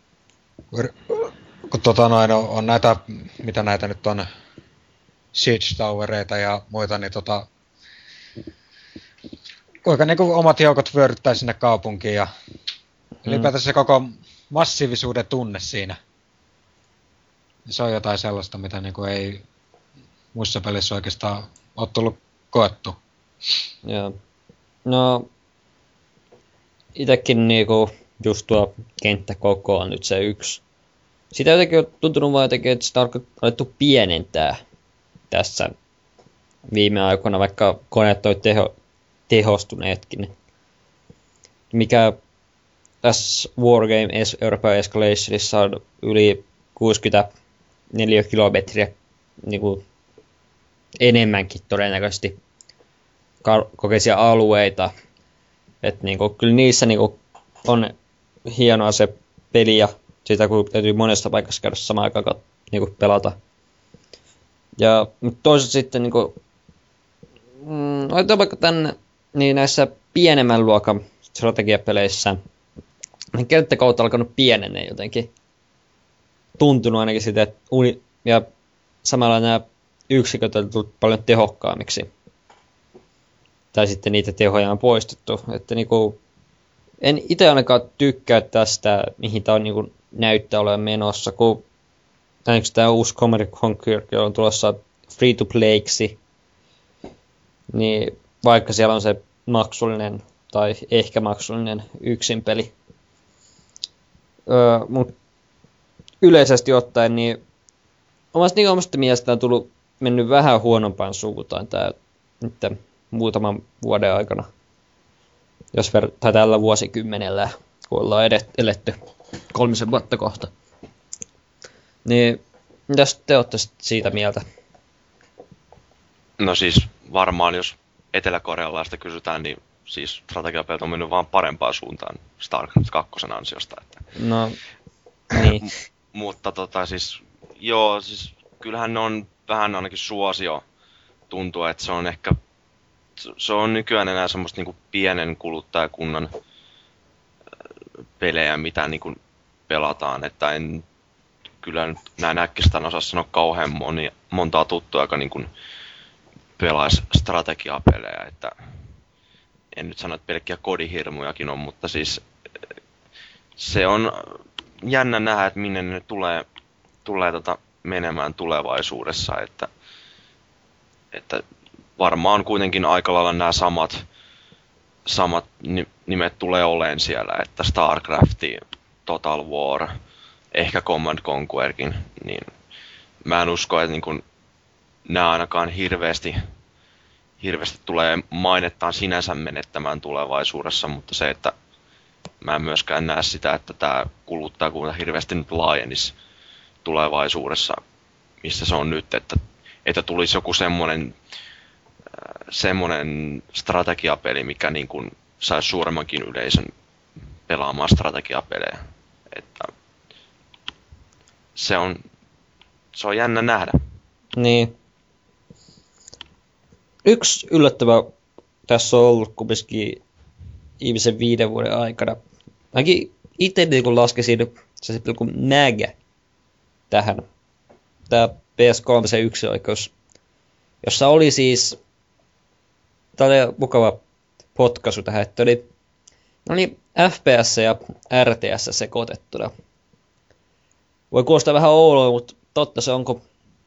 kun tota noin on, on näitä, mitä näitä nyt on, Siege Towereita ja muita, niin tota, kuinka niinku omat joukot vyöryttää sinne kaupunkiin ja mm. ylipäätään se koko massiivisuuden tunne siinä. Se on jotain sellaista, mitä niinku ei muissa pelissä oikeastaan ole tullut koettu. Joo. No, itekin niinku just tuo kenttäkoko on nyt se yksi. Sitä jotenkin on tuntunut vaan jotenkin, että sitä on alettu pienentää tässä viime aikoina, vaikka koneet on teho, tehostuneetkin. Mikä tässä Wargame Europe Escalationissa on yli kuusikymmentäneljä kilometriä niin kuin enemmänkin todennäköisesti kokeisia alueita. Et niin kuin, kyllä niissä niin kuin on hienoa se peli ja sitä kun täytyy monesta paikassa käydä samaan aikaan niin kuin pelata. Ja mutta toisaalta sitten niin kuin, mm, otetaan vaikka tänne niin näissä pienemmän luokan strategiapeleissä niin kenttäkautta on alkanut pienenee jotenkin. Tuntunut ainakin sitä, että uni, ja samalla nämä yksiköt on tullut paljon tehokkaammiksi. Tai sitten niitä tehoja on poistettu. Että niinku, En itse ainakaan tykkää tästä, mihin tää on niinku näyttää olevan menossa, kun ainakin tää uusi Command Conquer on tulossa free to playksi, niin vaikka siellä on se maksullinen tai ehkä maksullinen yksin peli. Öö, mut yleisesti ottaen, niin omasta, niin omasta mielestä on tullut mennyt vähän huonompaan suuntaan tää nyt muutaman vuoden aikana. Jos ver- tai tällä vuosikymmenellä, kun ollaan edet- eletty kolmisen vuotta kohta. Niin, mitäs te ootte siitä mieltä? No siis varmaan, jos eteläkorealaista kysytään, niin siis strategiapelit on mennyt vaan parempaan suuntaan StarCraft kaksi ansiosta. Että. No, niin. M- mutta tota siis, joo, siis kyllähän ne on vähän ainakin suosio tuntuu, että se on ehkä, se on nykyään enää semmoista niinku pienen kuluttajakunnan pelejä, mitä niinku pelataan, että en kyllä nyt näin äkkistään osaa sanoa kauhean moni, montaa tuttua, joka niinku pelaisi strategiapelejä, että en nyt sano, että pelkkiä kodihirmujakin on, mutta siis se on jännä nähdä, että minne ne tulee, tulee tota menemään tulevaisuudessa, että, että varmaan kuitenkin aika lailla nämä samat, samat nimet tulee oleen siellä, että StarCraft, Total War, ehkä Command Conquerkin, niin mä en usko, että niin kun nämä ainakaan hirveästi, hirveästi tulee mainettaan sinänsä menettämään tulevaisuudessa, mutta se, että mä en myöskään näe sitä, että tämä kuluttajakunta hirveästi nyt laajenisi tulevaisuudessa, missä se on nyt, että, että tulisi joku semmoinen, semmoinen strategiapeli, mikä niin kuin saisi suuremmankin yleisön pelaamaan strategiapelejä. Että se on, se on jännä nähdä. Niin. Yksi yllättävä tässä on ollut kumminkin viimeisen viiden vuoden aikana. Ainakin itse niin laskisin se joku Mag tähän. Tää P S kolme se yksi oikeus, jossa oli siis, tää oli mukava potkaisu tähän, että oli, oli F P S ja R T S sekoitettuna. Voi kuulostaa vähän oulua, mutta totta se onko.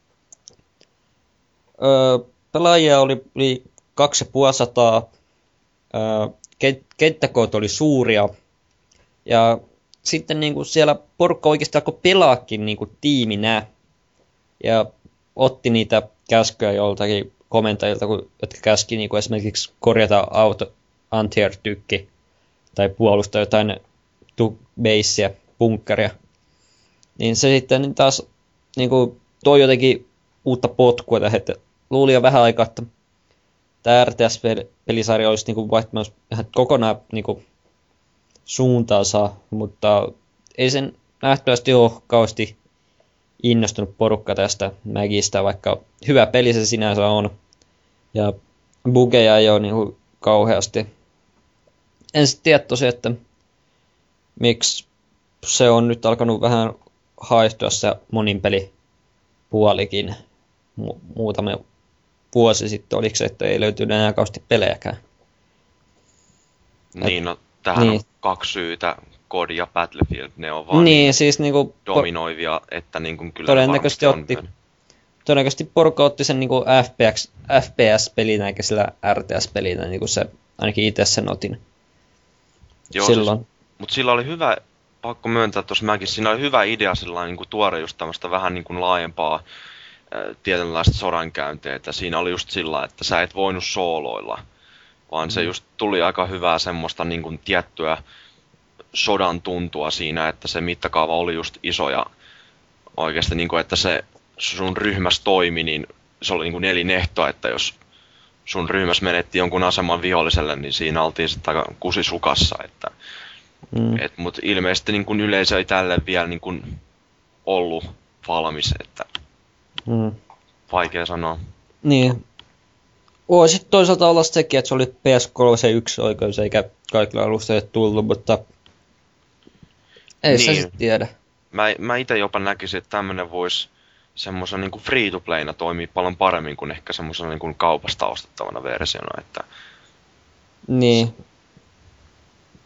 Öö, pelaajia oli yli kaksituhattaviisisataa, öö, kenttäkoot oli suuria, ja sitten niinku siellä porukka oikeasti alkoi pelaakin niinku tiiminä, ja otti niitä käskyjä joltakin komentajilta, jotka käski niinku esimerkiksi korjata auto anti-air-tykki, tai puolustaa jotain baseä, bunkkeria. Niin se sitten taas niinku toi jotenkin uutta potkua tähän, että luulin jo vähän aikaa, että tämä R T S-pelisarja olisi niinku vaihtamassa ihan kokonaan niinku suuntaansa, mutta ei sen nähtävästi ole kauheasti innostunut porukka tästä Magista, vaikka hyvä peli se sinänsä on. Ja bugeja ei ole niinku kauheasti. En sitten tiedä tosiaan, että miksi se on nyt alkanut vähän haistua se monin pelipuolikin Mu- muutama vuosi sitten, oliko se, että ei löytynyt enää kauheasti pelejäkään. Niin, no tähän niin. On kaksi syytä, C O D ja Battlefield, ne on vaan niin, siis niinku dominoivia, että niinku kyllä todennäköisesti otti, todennäköisesti porukka otti sen niinku F P S, F P S-pelinä eikä sillä R T S-pelinä, niinku se, ainakin itse sen otin. Joo, silloin. Siis, mutta sillä oli hyvä, pakko myöntää tuossa mäkin, siinä oli hyvä idea sillä niin kuin tuoda just tämmöistä vähän niin kuin laajempaa tietynlaista sodankäyntiä, että siinä oli just sillä, että sä et voinut sooloilla, vaan mm. se just tuli aika hyvää semmoista niin kuin tiettyä sodan tuntua siinä, että se mittakaava oli just iso ja oikeasti niin kuin, että se sun ryhmässä toimi, niin se oli niin kuin nelinehto, että jos sun ryhmässä menetti jonkun aseman viholliselle, niin siinä oltiin sitten aika kusisukassa, että mm. et, mut ilmeisesti niin kuin yleisö ei tälle vielä niin kuin ollut valmis, että mm. vaikea sanoa. Niin. Voisi toisaalta olla sekin, että se oli P S kolme se yksi oikeus, eikä kaikilla alustoille tullut, mutta ei niin. Se sitten tiedä. Mä, mä itse jopa näkisin, että tämmönen voisi semmoisen niin kuin free-to-playna toimii paljon paremmin kuin ehkä semmoisena niin kuin kaupasta ostettavana versiona, että niin.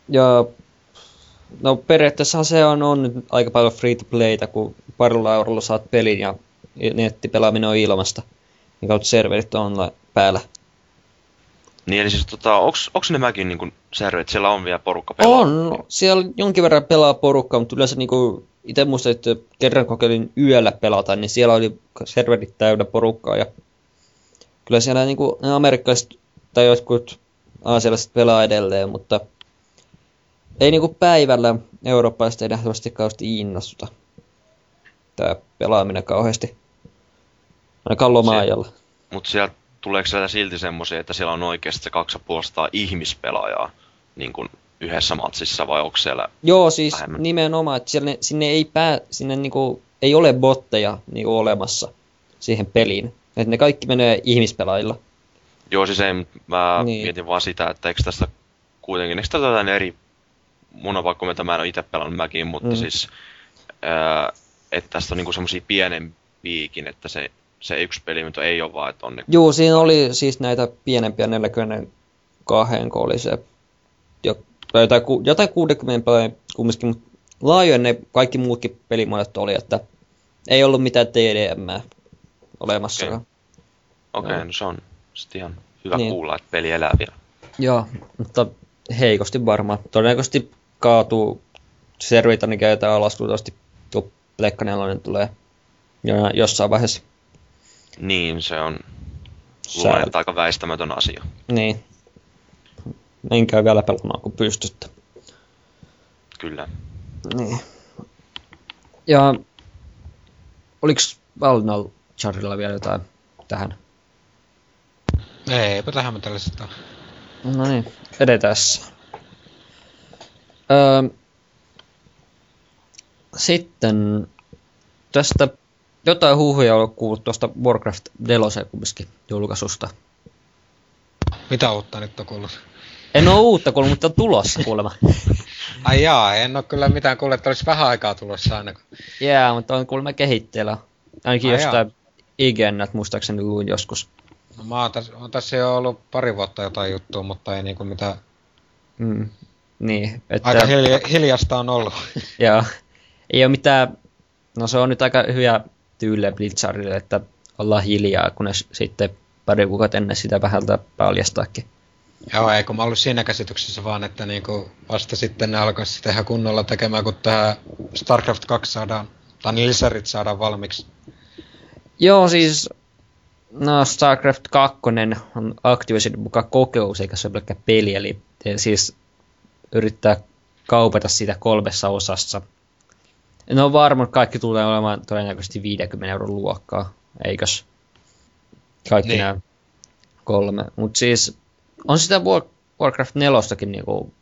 Ja no periaatteessa se on, on nyt aika paljon free to playtä, kun parilla eurolla saat pelin ja nettipelaaminen on ilmasta. Ja kautta serverit on online päällä. Niin eli siis tota, onks, onks nämäkin niinku serverit, siellä on vielä porukka pelaa? On, siellä jonkin verran pelaa porukka, mutta yleensä niinku, itse muistan, että kerran kokeilin yöllä pelata, niin siellä oli serverit täynnä porukkaa. Ja kyllä siellä niinku, ne amerikkalaiset tai jotkut aasialaiset pelaa edelleen, mutta ei niinku päivällä eurooppalaiset ei nähtävästi kauheasti innostuta tää pelaaminen kauheasti. Ainakaan loma-ajalla. Mutta siellä tuleeko siellä silti semmosia, että siellä on oikeasti se kaksisataaviisikymmentä ihmispelaajaa niin kuin yhdessä matsissa, vai onko siellä Joo, siis vähemmän? nimenomaan, että siellä, sinne ei pää, sinne niinku, ei ole botteja niinku olemassa siihen peliin. Että ne kaikki menee ihmispelaajilla. Joo, siis ei, mä Niin. mietin vaan sitä, että eikö tästä kuitenkin, eikö tästä jotain eri, mun on pakko että mä en ole itse pelannut mäkin, mutta Mm. siis, ää, että tästä on niinku semmosia pienempiäkin, että se, se yksi peli, mutta ei ole vaan, että on ne. Joo, siinä oli siis näitä pienempiä neljäkymmentäkaksi, kun oli se, jo, tai jotain, ku- jotain kuusikymmentä pelaajia kumminkin, mutta laajoin ne kaikki muutkin pelimuodot oli, että ei ollut mitään T D M olemassa. Okei. Okei, Joo. no se on sitten ihan hyvä Niin. kuulla, että peli elää vielä. Joo, mutta heikosti varmaan. Todennäköisesti kaatuu serverit ainakin käytetään alas, kun tosti tuo Pleikka nelonen tulee jo- jossain vaiheessa. Niin, se on Sääli. luulen, että aika väistämätön asia. Niin. Menkää vielä pelaamaan, kun pystytte. Kyllä. Niin. Ja oliks Valnal Charilla vielä jotain tähän? Eipä tähän mä tällaisesta. No niin, edetässä. Öö, sitten tästä jotain huhuja on kuullut tuosta Warcraft neljä kumminkin julkaisusta. Mitä uutta nyt on kuullut? En oo uutta kuullut, mutta on tulossa kuulemma. Ai jaa, en oo kyllä mitään kuullut, että olisi vähän aikaa tulossa aina. Jää, mutta on kuulemma kehitteillä. Ainakin Ai jostain I G N, että muistaakseni luin joskus. No mä oon tässä, on tässä jo ollut pari vuotta jotain juttua, mutta ei niinku mitään. Mm. Niin, että... Aika hilja, hiljasta on ollut. Joo. Ei ole mitään... No se on nyt aika hyvä tyyliä Blizzardille, että ollaan hiljaa, kunnes sitten pari kuukautta ennen sitä vähältä paljastaakin. Joo, ei kun mä ollut siinä käsityksessä vaan, että niinku vasta sitten ne alkaisi tehdä kunnolla tekemään, kun tää StarCraft kaksi saadaan, tai ne lisärit saadaan valmiiksi. Joo, siis... No, StarCraft kaksi on Activision mukaan kokous, eikä se ole pelkkä peli, eli siis yrittää kaupata sitä kolmessa osassa. No varmaan kaikki tulee olemaan todennäköisesti viidenkymmenen euron luokkaa, eikös? Kaikki Niin. nämä kolme. Mutta siis on sitä War- Warcraft nelostakin niinku,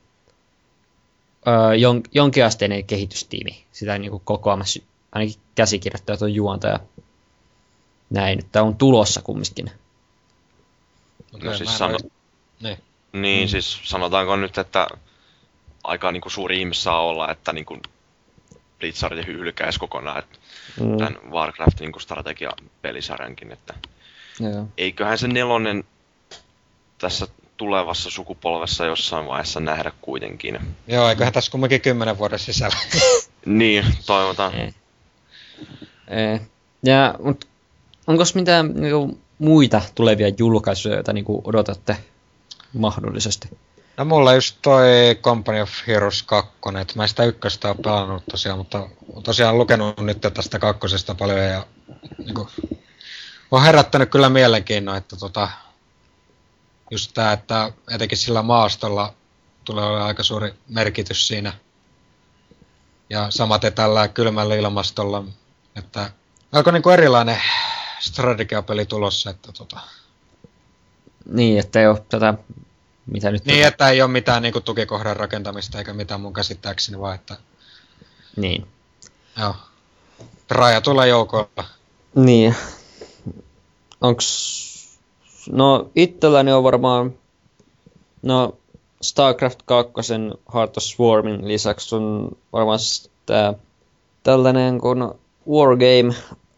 öö, jon, jonkinasteinen kehitystiimi. Sitä niinku kokoamassa, ainakin käsikirjoittajat on juontaja. Näin, että on tulossa kumminkin. Mut No mä siis en sano, oo- Niin. niin Mm. siis sanotaanko nyt, että aika niinku suuri ihmis saa olla, että niinku Blizzard hylkäisi kokonaan että Mm, tämän Warcraft niinku strategia-pelisarjankin, että joo. eiköhän se nelonen tässä tulevassa sukupolvessa jossain vaiheessa nähdä kuitenkin. Joo, eiköhän tässä kumminkin kymmenen vuoden sisällä. Niin, toivotaan. Ei. Ei. Ja, mut onko mitään niinku, muita tulevia julkaisuja, joita niinku, odotatte mahdollisesti? No mulla just toi Company of Heroes kaksi, että mä en sitä ykköstä ole pelannut tosiaan, mutta oon tosiaan lukenut nyt tästä kakkosesta paljon ja niinku, on herättänyt kyllä mielenkiinnon, että tota, just tää, että etenkin sillä maastolla tulee olla aika suuri merkitys siinä. Ja samaten tällä kylmällä ilmastolla, että alkoi niinku erilainen strategiapeli tulossa, että tota. Niin, että ei ole tätä, mitä nyt... Niin, tätä, että ei ole mitään niinku tukikohdan rakentamista eikä mitään mun käsittääkseni, vaan että Niin. joo, rajatulla joukolla. Niin. Onks... No, itselläni on varmaan... No, StarCraft kaksi Heart of Swarmin lisäksi on varmaan tää tällainen kuin Wargame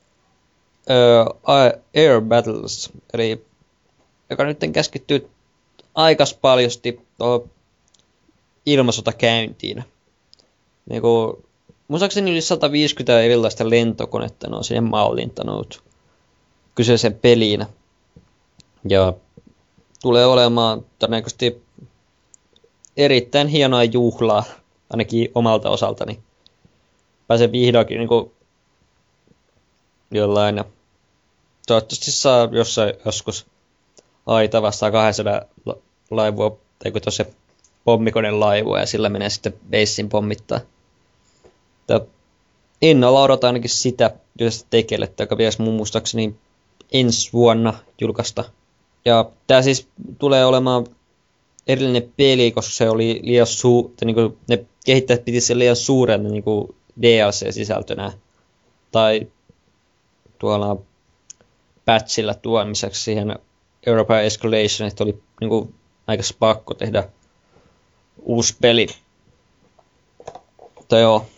uh, Air Battles, eli joka nyt keskittyy aikas paljosti tuohon ilmasota käyntiin. Niinku, muistaakseni yli sata viisikymmentä erilaista lentokonetta ne on siihen mallintanut kyseisen peliin. Ja tulee olemaan todennäköisesti erittäin hienoa juhlaa, ainakin omalta osaltani. Pääsen vihdoinkin niinku jollain, toivottavasti saa jossain joskus aita vastaan kaksisataa laivua, tai kun tuossa pommikoneen laivua, ja sillä menee sitten basein pommittaa. Mutta innolla odotan ainakin sitä yhdessä tekeille, joka pitäisi mun muistaakseni ensi vuonna julkaista. Ja tää siis tulee olemaan erillinen peli, koska se oli liian suu... Niin ne kehittäjät piti sen liian suuren niin D L C-sisältönä. Tai tuolla patchilla tuomiseksi siihen Europa Escalation, että oli niin kuin, aika pakko tehdä uusi peli. Mutta joo.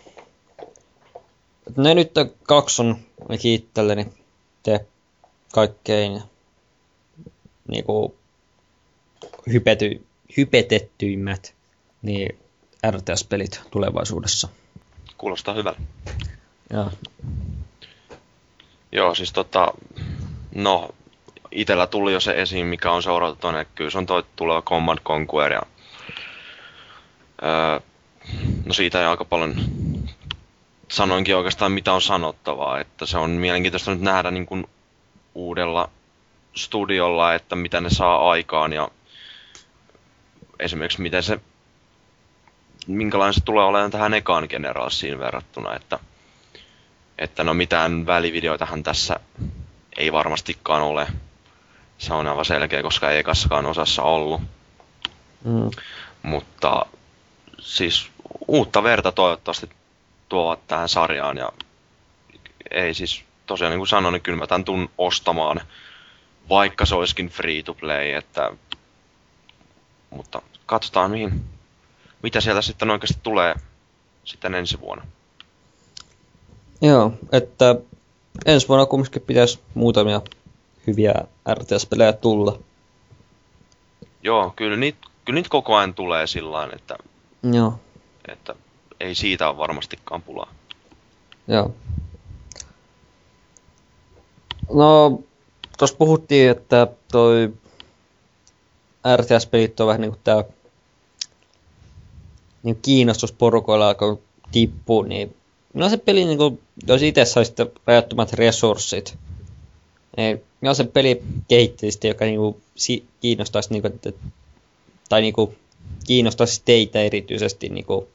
Ne nyt kaksi on ainakin itselleni te kaikkein niinku hypety, hypetettyimmät niin R T S-pelit tulevaisuudessa. Kuulostaa hyvältä. Ja. Joo, siis tota, no, itellä tuli jo se esiin, mikä on seurautu tonne, kyllä se on toi tuleva Command Conquer, ja öö, no siitä ei aika paljon sanoinkin oikeastaan mitä on sanottavaa, että se on mielenkiintoista nyt nähdä niin kuin uudella studiolla, että mitä ne saa aikaan, ja esimerkiksi miten se, minkälainen se tulee olemaan tähän ekaan generaasiin verrattuna, että, että no mitään välivideoitahan tässä ei varmastikaan ole. Se on aivan selkeä, koska ei ekassakaan osassa ollut. Mm. Mutta siis uutta verta toivottavasti tuovat tähän sarjaan, ja ei siis tosiaan niin kuin sanoin, niin kyllä mä tämän tuun ostamaan, vaikka se olisikin free to play, että mutta katsotaan mihin, mitä sieltä sitten oikeasti tulee sitten ensi vuonna. Joo, että ensi vuonna kumminkin pitäisi muutamia hyviä R T S-pelejä tulla. Joo, kyllä niitä, kyllä niitä koko ajan tulee sillain, että, Joo. että ei siitä ole varmastikaan pulaa. Joo. No, tuossa puhuttiin, että toi R T S-pelit on vähän niinku tää niin kiinnostus porukoilla alkoi tippua, niin minä se peli, niinku, jos itse saisitte rajattomat resurssit, niin minä se peli kehittäisi, joka niinku kiinnostaisi, niinku, että, tai niinku kiinnostaisi teitä erityisesti niinku,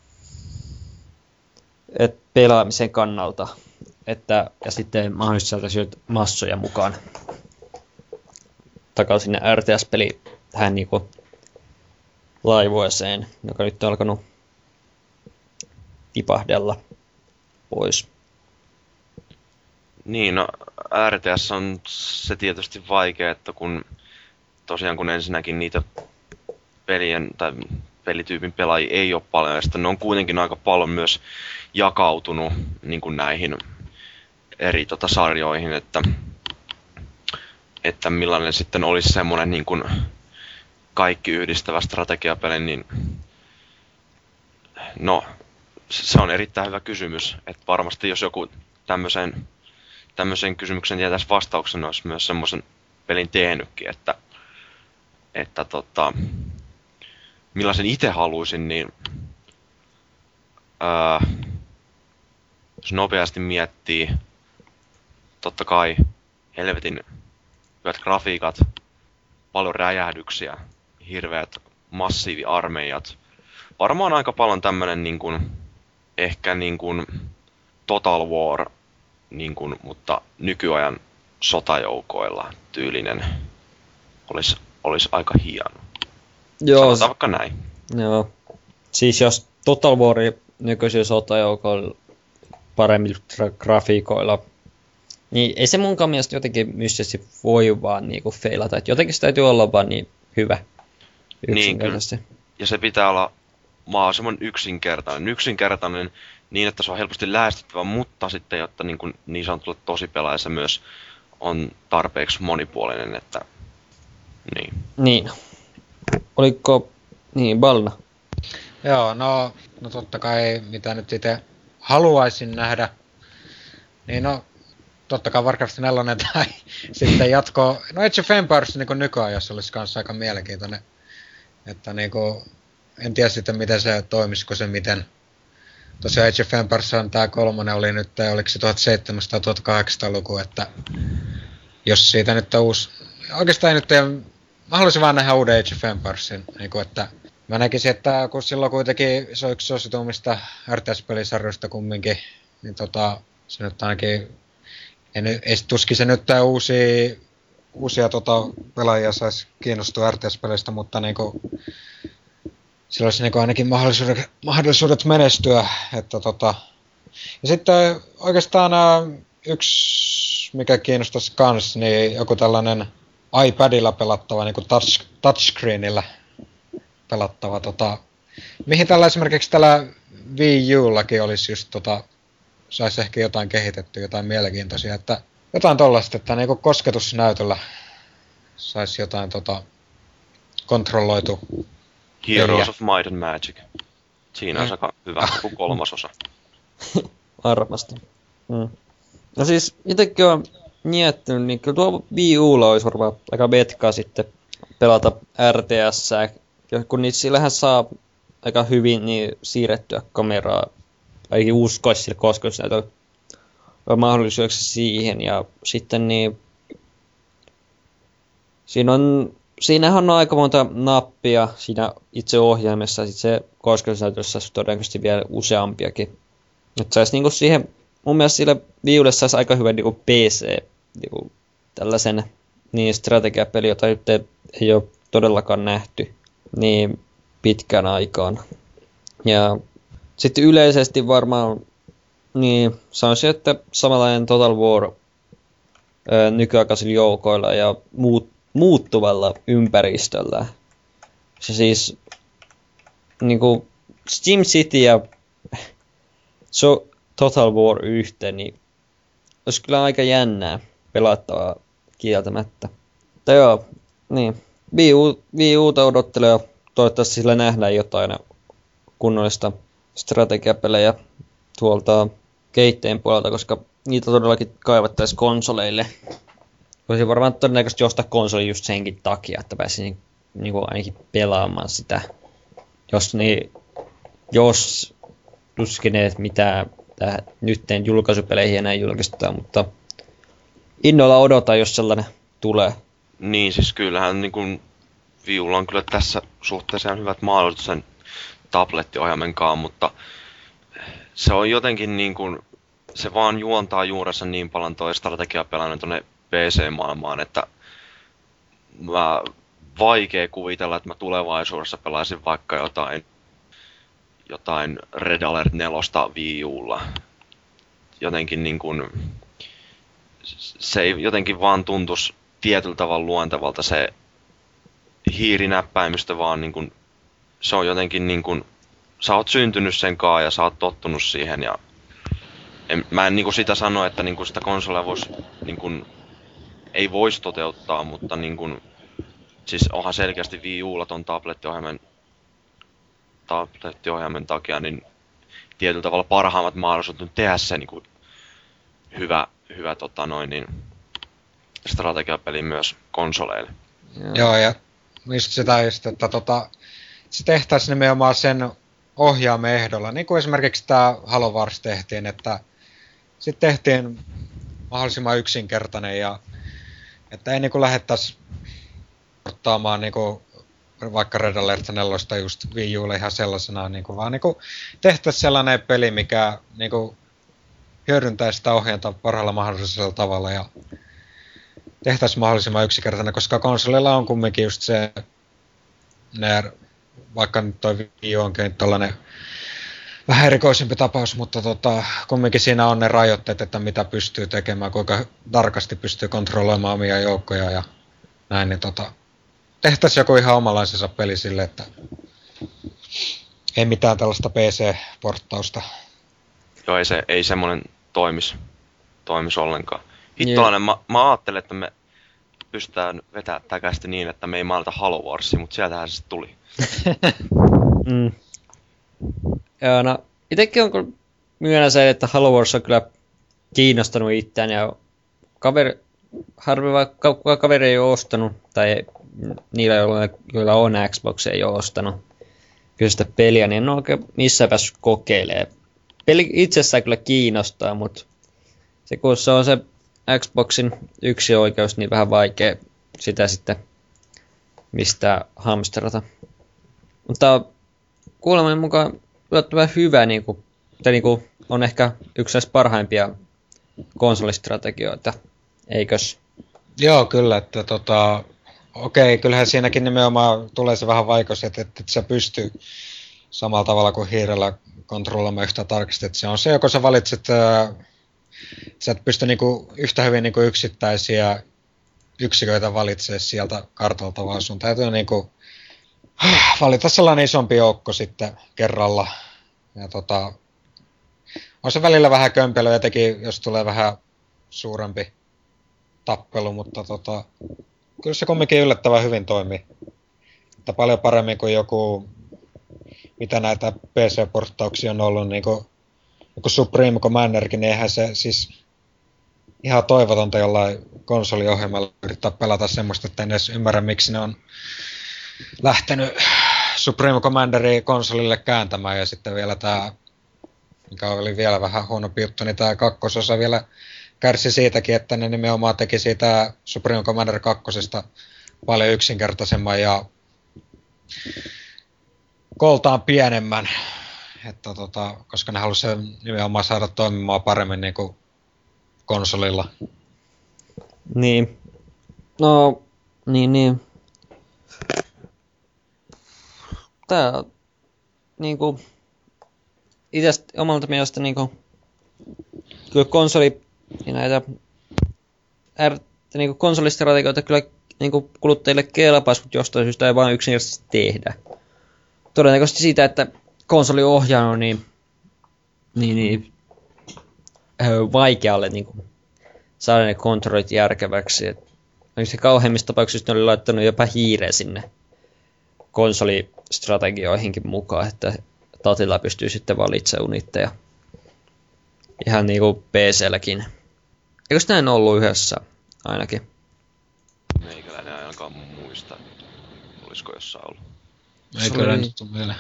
et pelaamisen kannalta, että, ja sitten mahdollisesti saataisiin massoja mukaan takaisin sinne R T S-peli tähän niinku laivueeseen, joka nyt on alkanut tipahdella pois. Niin, no R T S on se tietysti vaikea, että kun tosiaan kun ensinnäkin niitä pelien tai pelityypin pelaajia ei ole paljon, ja sitten ne on kuitenkin aika paljon myös jakautunut niin kuin näihin eri tota, sarjoihin, että, että millainen sitten olisi semmoinen niin kuin kaikki yhdistävä strategiapeli, niin no, se on erittäin hyvä kysymys, että varmasti jos joku tämmöiseen, tämmöiseen kysymykseen tietäisi vastauksen, olisi myös semmoisen pelin tehnytkin, että, että tota, millaisen itse haluaisin, niin ää, jos nopeasti miettii, totta kai helvetin hyvät grafiikat, paljon räjähdyksiä, hirveät massiiviarmeijat. Varmaan aika paljon tämmönen niin kuin, ehkä niin kuin Total War, niin kuin, mutta nykyajan sotajoukoilla tyylinen olisi, olisi aika hieno. Joo. Sanotaan vaikka näin. Joo. Siis jos Total War nykyisin sotajoukoilla paremmilla tra- grafiikoilla, niin ei se munkaan mielestä jotenkin mystisesti voi vaan niinku feilata. Et jotenkin se täytyy olla vaan niin hyvä. Niin, kyllä. Ja se pitää olla mahdollisimman yksinkertainen. Yksinkertainen niin, että se on helposti lähestyttävä, mutta sitten, jotta niin, kuin niin sanotulle tosipelaaja se myös on tarpeeksi monipuolinen, että niin. Niin. Oliko, niin, Balna? Joo, no, no totta kai mitä nyt itse haluaisin nähdä, niin no totta kai Warcraft neljä tai sitten jatko, no Age of Empires niin kuin nykyajassa olisi kanssa aika mielenkiintoinen, että niin kuin, en tiedä sitten miten se toimisiko se miten, tosiaan Age of Empires on tää kolmonen oli nyt, oliko se tuhatseitsemänsataa tuhatkahdeksansataa-luku, että jos siitä nyt on uusi, oikeastaan nyt ei, mä haluaisin vaan nähdä uuden Age of Empiresin, niin kuin, että mä näkisin, että kun silloin kuitenkin se on yksi suosituimmista R T S-pelisarjoista kumminkin, niin tota, se nyt ainakin, ei, ei tuskin se nyt tää uusia, uusia tota, pelaajia saisi kiinnostua R T S-peleistä, mutta niinku, sillä olisi niinku ainakin mahdollisuudet, mahdollisuudet menestyä, että tota, ja sitten oikeastaan yksi, mikä kiinnostaisi kans, niin joku tällainen iPadilla pelattava, niinku touch, touchscreenillä pelattava, tota, mihin tällä esimerkiksi tällä Wii Ullakin olisi just tota, saisi ehkä jotain kehitetty, jotain mielenkiintoisia, että jotain tollaista, että niinku kosketusnäytöllä saisi jotain tota, kontrolloitu. Heroes peliä. of Might and Magic. Siinä on aika hyvä kuin kolmasosa. Varmasti. Mm. No siis itekin on miettinyt, niin kyllä tuo Wii Ulla olisi varmaan aika metkaa sitten pelata R T S:ää, kun niitä sillähän saa aika hyvin niin siirrettyä kameraa, ainakin uskoisi sillä kosketusnäytöllä mahdollisuuksia siihen, ja sitten niin siinä on, siinähän on aika monta nappia siinä itse ohjaimessa, ja sitten se kosketusnäytössä saisi todennäköisesti vielä useampiakin. Että saisi niinku siihen, mun mielestä sillä Wii Ulle saisi aika hyvä niinku P C, niinku tällaisen niin strategiapeli, jota nyt ei ole todellakaan nähty niin pitkään aikaan. Ja sitten yleisesti varmaan niin sanoisin, että samanlainen Total War ää, nykyaikaisilla joukoilla ja muut, muuttuvalla ympäristöllä. Se siis niinku Steam City ja so, Total War yhteen, niin olisi kyllä aika jännää pelattavaa kieltämättä. Mutta joo, niin. Wii, U, Wii Uta odottelee ja toivottavasti sillä nähdään jotain kunnollista strategiapelejä tuolta keitteen puolelta, koska niitä todellakin kaivattaisiin konsoleille. Voisin varmaan todennäköisesti ostaa konsoli just senkin takia, että pääsin niin kuin ainakin pelaamaan sitä. Jos niin, jos tuskin mitään tähän nytteen julkaisupeleihin enää julkistetaan, mutta innolla odotan, jos sellainen tulee. Niin, siis kyllähän niin kuin Wii Ulla on kyllä tässä suhteessa ihan hyvät mahdollisuudet sen tablettiohjaimenkaan, mutta se on jotenkin niin kuin, se vaan juontaa juurensa niin paljon toi strategiapelaaminen tuonne P C-maailmaan, että mä vaikea kuvitella, että mä tulevaisuudessa pelaisin vaikka jotain jotain Red Alert neljä Wii Ulla. Jotenkin niin kuin, se ei jotenkin vaan tuntuisi tietyllä tavalla luontevalta se hiirinäppäimistö, vaan niin kuin, se on jotenkin niin kuin, sä oot syntynyt sen kaa ja sä oot tottunut siihen ja en, mä en niin kuin sitä sano, että niin kuin sitä konsolia vois, niin kuin, ei voisi toteuttaa, mutta niin kuin, siis onhan selkeästi Wii Ulla ton tablettiohjaimen tablettiohjaimen takia niin tietyllä tavalla parhaimmat mahdollisuudet nyt tehdä se niin kuin hyvä, hyvä tota noin, niin strategiapeli myös konsoleille. Joo, Joo ja mistä sitä just, että tota, se tehtäisiin nimenomaan sen ohjaamen ehdolla, niin kuin esimerkiksi tämä Halo Wars tehtiin, että sitten tehtiin mahdollisimman yksinkertainen ja että ei niinku lähettäisi porttaamaan niinku vaikka Red Alert neljä just Wii Ulle ihan sellaisena, niinku, vaan niinku tehtäisiin sellainen peli, mikä niinku hyödyntäisi sitä ohjainta parhaalla mahdollisella tavalla ja tehtäisiin mahdollisimman yksinkertainen, koska konsolilla on kumminkin just se, ne, vaikka nyt toi Wii U onkin tollainen vähän erikoisempi tapaus, mutta tota, kumminkin siinä on ne rajoitteet, että mitä pystyy tekemään, kuinka tarkasti pystyy kontrolloimaan omia joukkoja ja näin, niin tota, tehtäisiin joku ihan omanlaisensa peli sille, että ei mitään tällaista P C-porttausta. Joo, ei, se, ei semmonen toimis, toimis ollenkaan. Hittolainen, mä, mä ajattelin, että me pystytään vetämään täkästi niin, että me ei maalata Halo Warsia, mutta sieltähän se tuli. mm. Joo, no itekin on kyllä myönnä se, että Halo Wars on kyllä kiinnostanut itseään ja kaveri, harvi vaikka kuka kaveri ei ole ostanut, tai niillä, joilla on Xbox, ei ole ostanut kyseistä peliä, niin en ole oikein missään päässyt kokeilemaan. Peli itsessään kyllä kiinnostaa, mutta se kun se on se Xboxin yksi oikeus, niin vähän vaikea sitä sitten mistä hamsterata. Mutta kuulemani mukaan yllättävän hyvä, niin kuin, tai niin kuin on ehkä yksi näistä parhaimpia konsolistrategioita, eikös? Joo, kyllä, että tota, okei, kyllähän siinäkin nimenomaan tulee se vähän vaikeus, että et, et sä pystyy samalla tavalla kuin hiirellä kontrolloimaan yhtä tarkasti, että se on se, joko sä valitset, ää, sä et pysty niinku yhtä hyvin niinku yksittäisiä yksiköitä valitsemaan sieltä kartalta, vaan sun täytyy niinku valita sellainen isompi joukko sitten kerralla. Ja tota, on se välillä vähän kömpelö, etenkin jos tulee vähän suurempi tappelu, mutta tota, kyllä se kumminkin yllättävän hyvin toimii. Että paljon paremmin kuin joku, mitä näitä P C-porttauksia on ollut, niin kuin joku Supreme Commanderkin, niin eihän se siis ihan toivotonta jollain konsoliohjelmalla yrittää pelata semmoista, että en edes ymmärrä, miksi ne on lähtenyt Supreme Commanderia konsolille kääntämään, ja sitten vielä tämä, mikä oli vielä vähän huonompi juttu, niin tämä kakkososa vielä kärsi siitäkin, että ne nimenomaan teki siitä Supreme Commander kakkosesta paljon yksinkertaisemman ja koltaan pienemmän, että tota, koska ne halusivat nimenomaan saada toimimaan paremmin niin kuin konsolilla. Niin. No, niin, niin. Tää niinku itse omalta mielestä niinku kyllä konsoli ja näitä R, niinku konsolistrategioita kyllä niinku kuluttajille kelpaisi, mutta jostain syystä ei vaan yksinkertaisesti tehdä. Todennäköisesti siitä, että konsoli on ohjannut niin niin, niin vaikealle niinku saada ne kontrollit järkeväksi. Et se kauheimmissa tapauksissa ne oli laittanut jopa hiireen sinne konsolistrategioihinkin mukaan, että tatilla pystyy sitten valitsemaan unitteja. Ihan niinku P C:lläkin. Eikö näin ollut yhdessä ainakin? Meikäläinen ainakaan muista. Olisiko jossain ollut? Ei kyllä nyt ole vielä.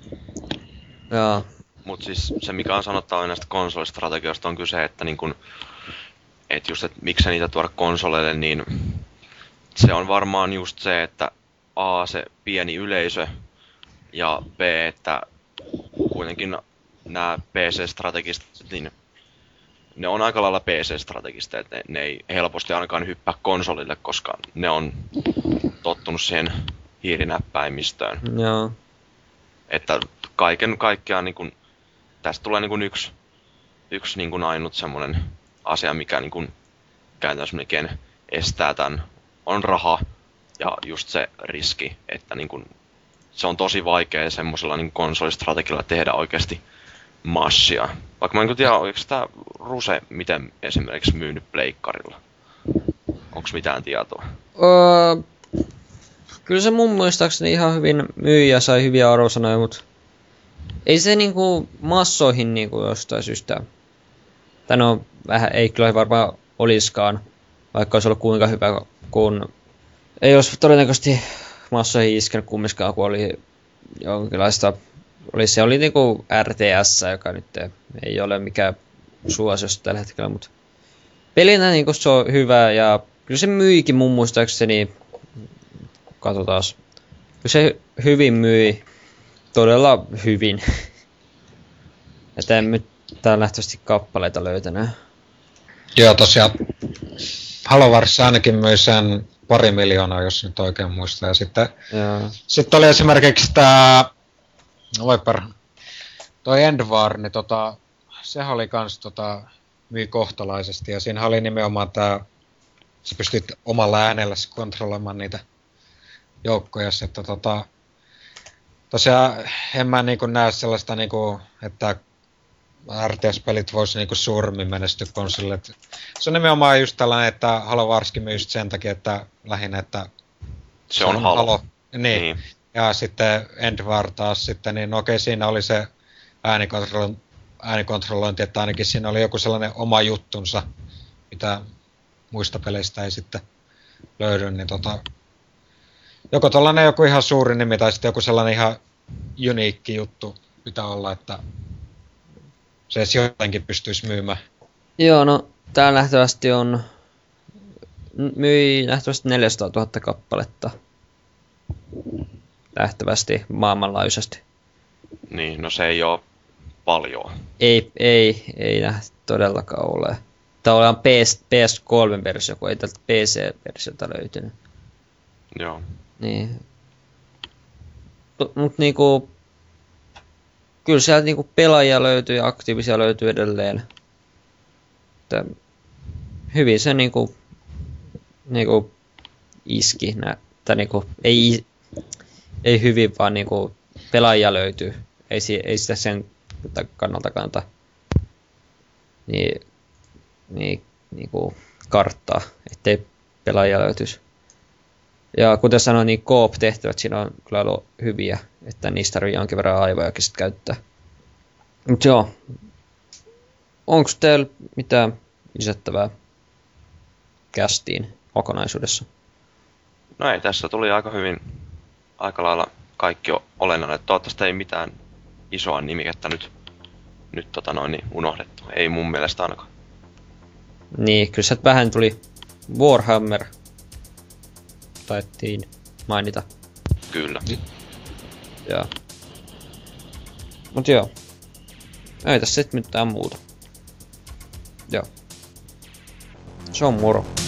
Joo. Mut siis se mikä on sanottava näistä konsolistrategioista on kyse, että niin kun, et just, et miksi niitä tuoda konsoleille, niin se on varmaan just se, että A, se pieni yleisö, ja B, että kuitenkin nämä P C-strategista, niin ne on aika lailla P C-strategista, että ne, ne ei helposti ainakaan hyppää konsolille, koska ne on tottunut siihen hiirinäppäimistöön. Joo. Että kaiken kaikkiaan niin kun, tästä tulee niin kun yksi, yksi niin kun ainut semmoinen asia, mikä niin kun käytännössä melkein estää tämän, on raha ja just se riski, että niin kun, se on tosi vaikea semmoisella niin konsolistrategialla tehdä oikeasti massia. Vaikka mä en tiedä, oliko tämä Ruse miten esimerkiksi myynyt pleikkarilla? Onko mitään tietoa? Öö, kyllä se mun muistaakseni ihan hyvin myi ja sai hyviä arvosanoja, mutta ei se niinku massoihin niinku jostain syystä. Tai no, vähän ei kyllä varmaan oliskaan, vaikka olisi ollut kuinka hyvä, kun ei olisi todennäköisesti massoihin iskenyt kummiskaan, kun oli jonkinlaista, oli, se oli niinku R T S, joka nyt ei ole mikään suosiossa tällä hetkellä, mutta pelinä niinku se on hyvä ja kyllä se myikin mun muistaakseni, katsotaan, kyllä se hyvin myi, todella hyvin. Että en nyt täällä nähtävästi kappaleita löytänyt. Joo, tosiaan Halo Wars ainakin myi sen pari miljoonaa, jos nyt oikein muistaa. Ja sitten, sitten oli esimerkiksi tää, voi per, toi End War, niin tota, sehän oli kans tota, myi kohtalaisesti. Ja siinä oli nimenomaan tää, sä pystyt omalla äänellä kontrolloimaan niitä joukkoja. Että tota, tosiaan en mä niinku näe sellaista, niinku, että R T S-pelit voisi niinku suuremmin menestyä konsolille. Se on nimenomaan just tällainen, että Halo Warskin myy just sen takia, että lähinnä, että se on Halo. Halo. Niin. niin. Ja sitten Endwar taas sitten, niin okei, siinä oli se äänikontrollo- äänikontrollointi, että ainakin siinä oli joku sellainen oma juttunsa, mitä muista peleistä ei sitten löydy, niin tota, joko tollanen joku ihan suuri nimi tai sitten joku sellainen ihan uniikki juttu pitää olla, että se edes jotenkin pystyisi myymään. Joo, no tää nähtävästi on, myi nähtävästi neljäsataatuhatta kappaletta. Nähtävästi maailmanlaajuisesti. Niin, no se ei oo paljon. Ei, ei, ei nähty todellakaan ole. Tää on P S kolme-versio, kun ei tältä P C-versiota löytynyt. Joo. Niin. Mut niinku... Kyllä sieltä niinku pelaajia löytyy ja aktiivisia löytyy edelleen. Että hyvin se niinku... Niinku... Iski. Nä, tai niinku... Ei, ei hyvin, vaan niinku... Pelaajia löytyy. Ei, ei sitä sen kannalta kannata... Niin... Niin... Niinku... Karttaa. Ettei pelaajia löytyisi. Ja kuten sanoin, niin co-op-tehtävät siinä on kyllä ollut hyviä, että niistä tarvii jonkin verran aivojakin sit käyttää. Mut joo, onko teillä mitään lisättävää kästiin kokonaisuudessa? No ei, tässä tuli aika hyvin, aika lailla kaikki on olennainen. Toivottavasti ei mitään isoa nimikettä nyt, nyt tota noin, niin unohdettu. Ei mun mielestä ainakaan. Niin, kyllä sieltä vähän tuli Warhammer. Taittiin mainita. Kyllä. Joo. Mut joo. Ei tässä sit mitään muuta. Joo. Se on moro.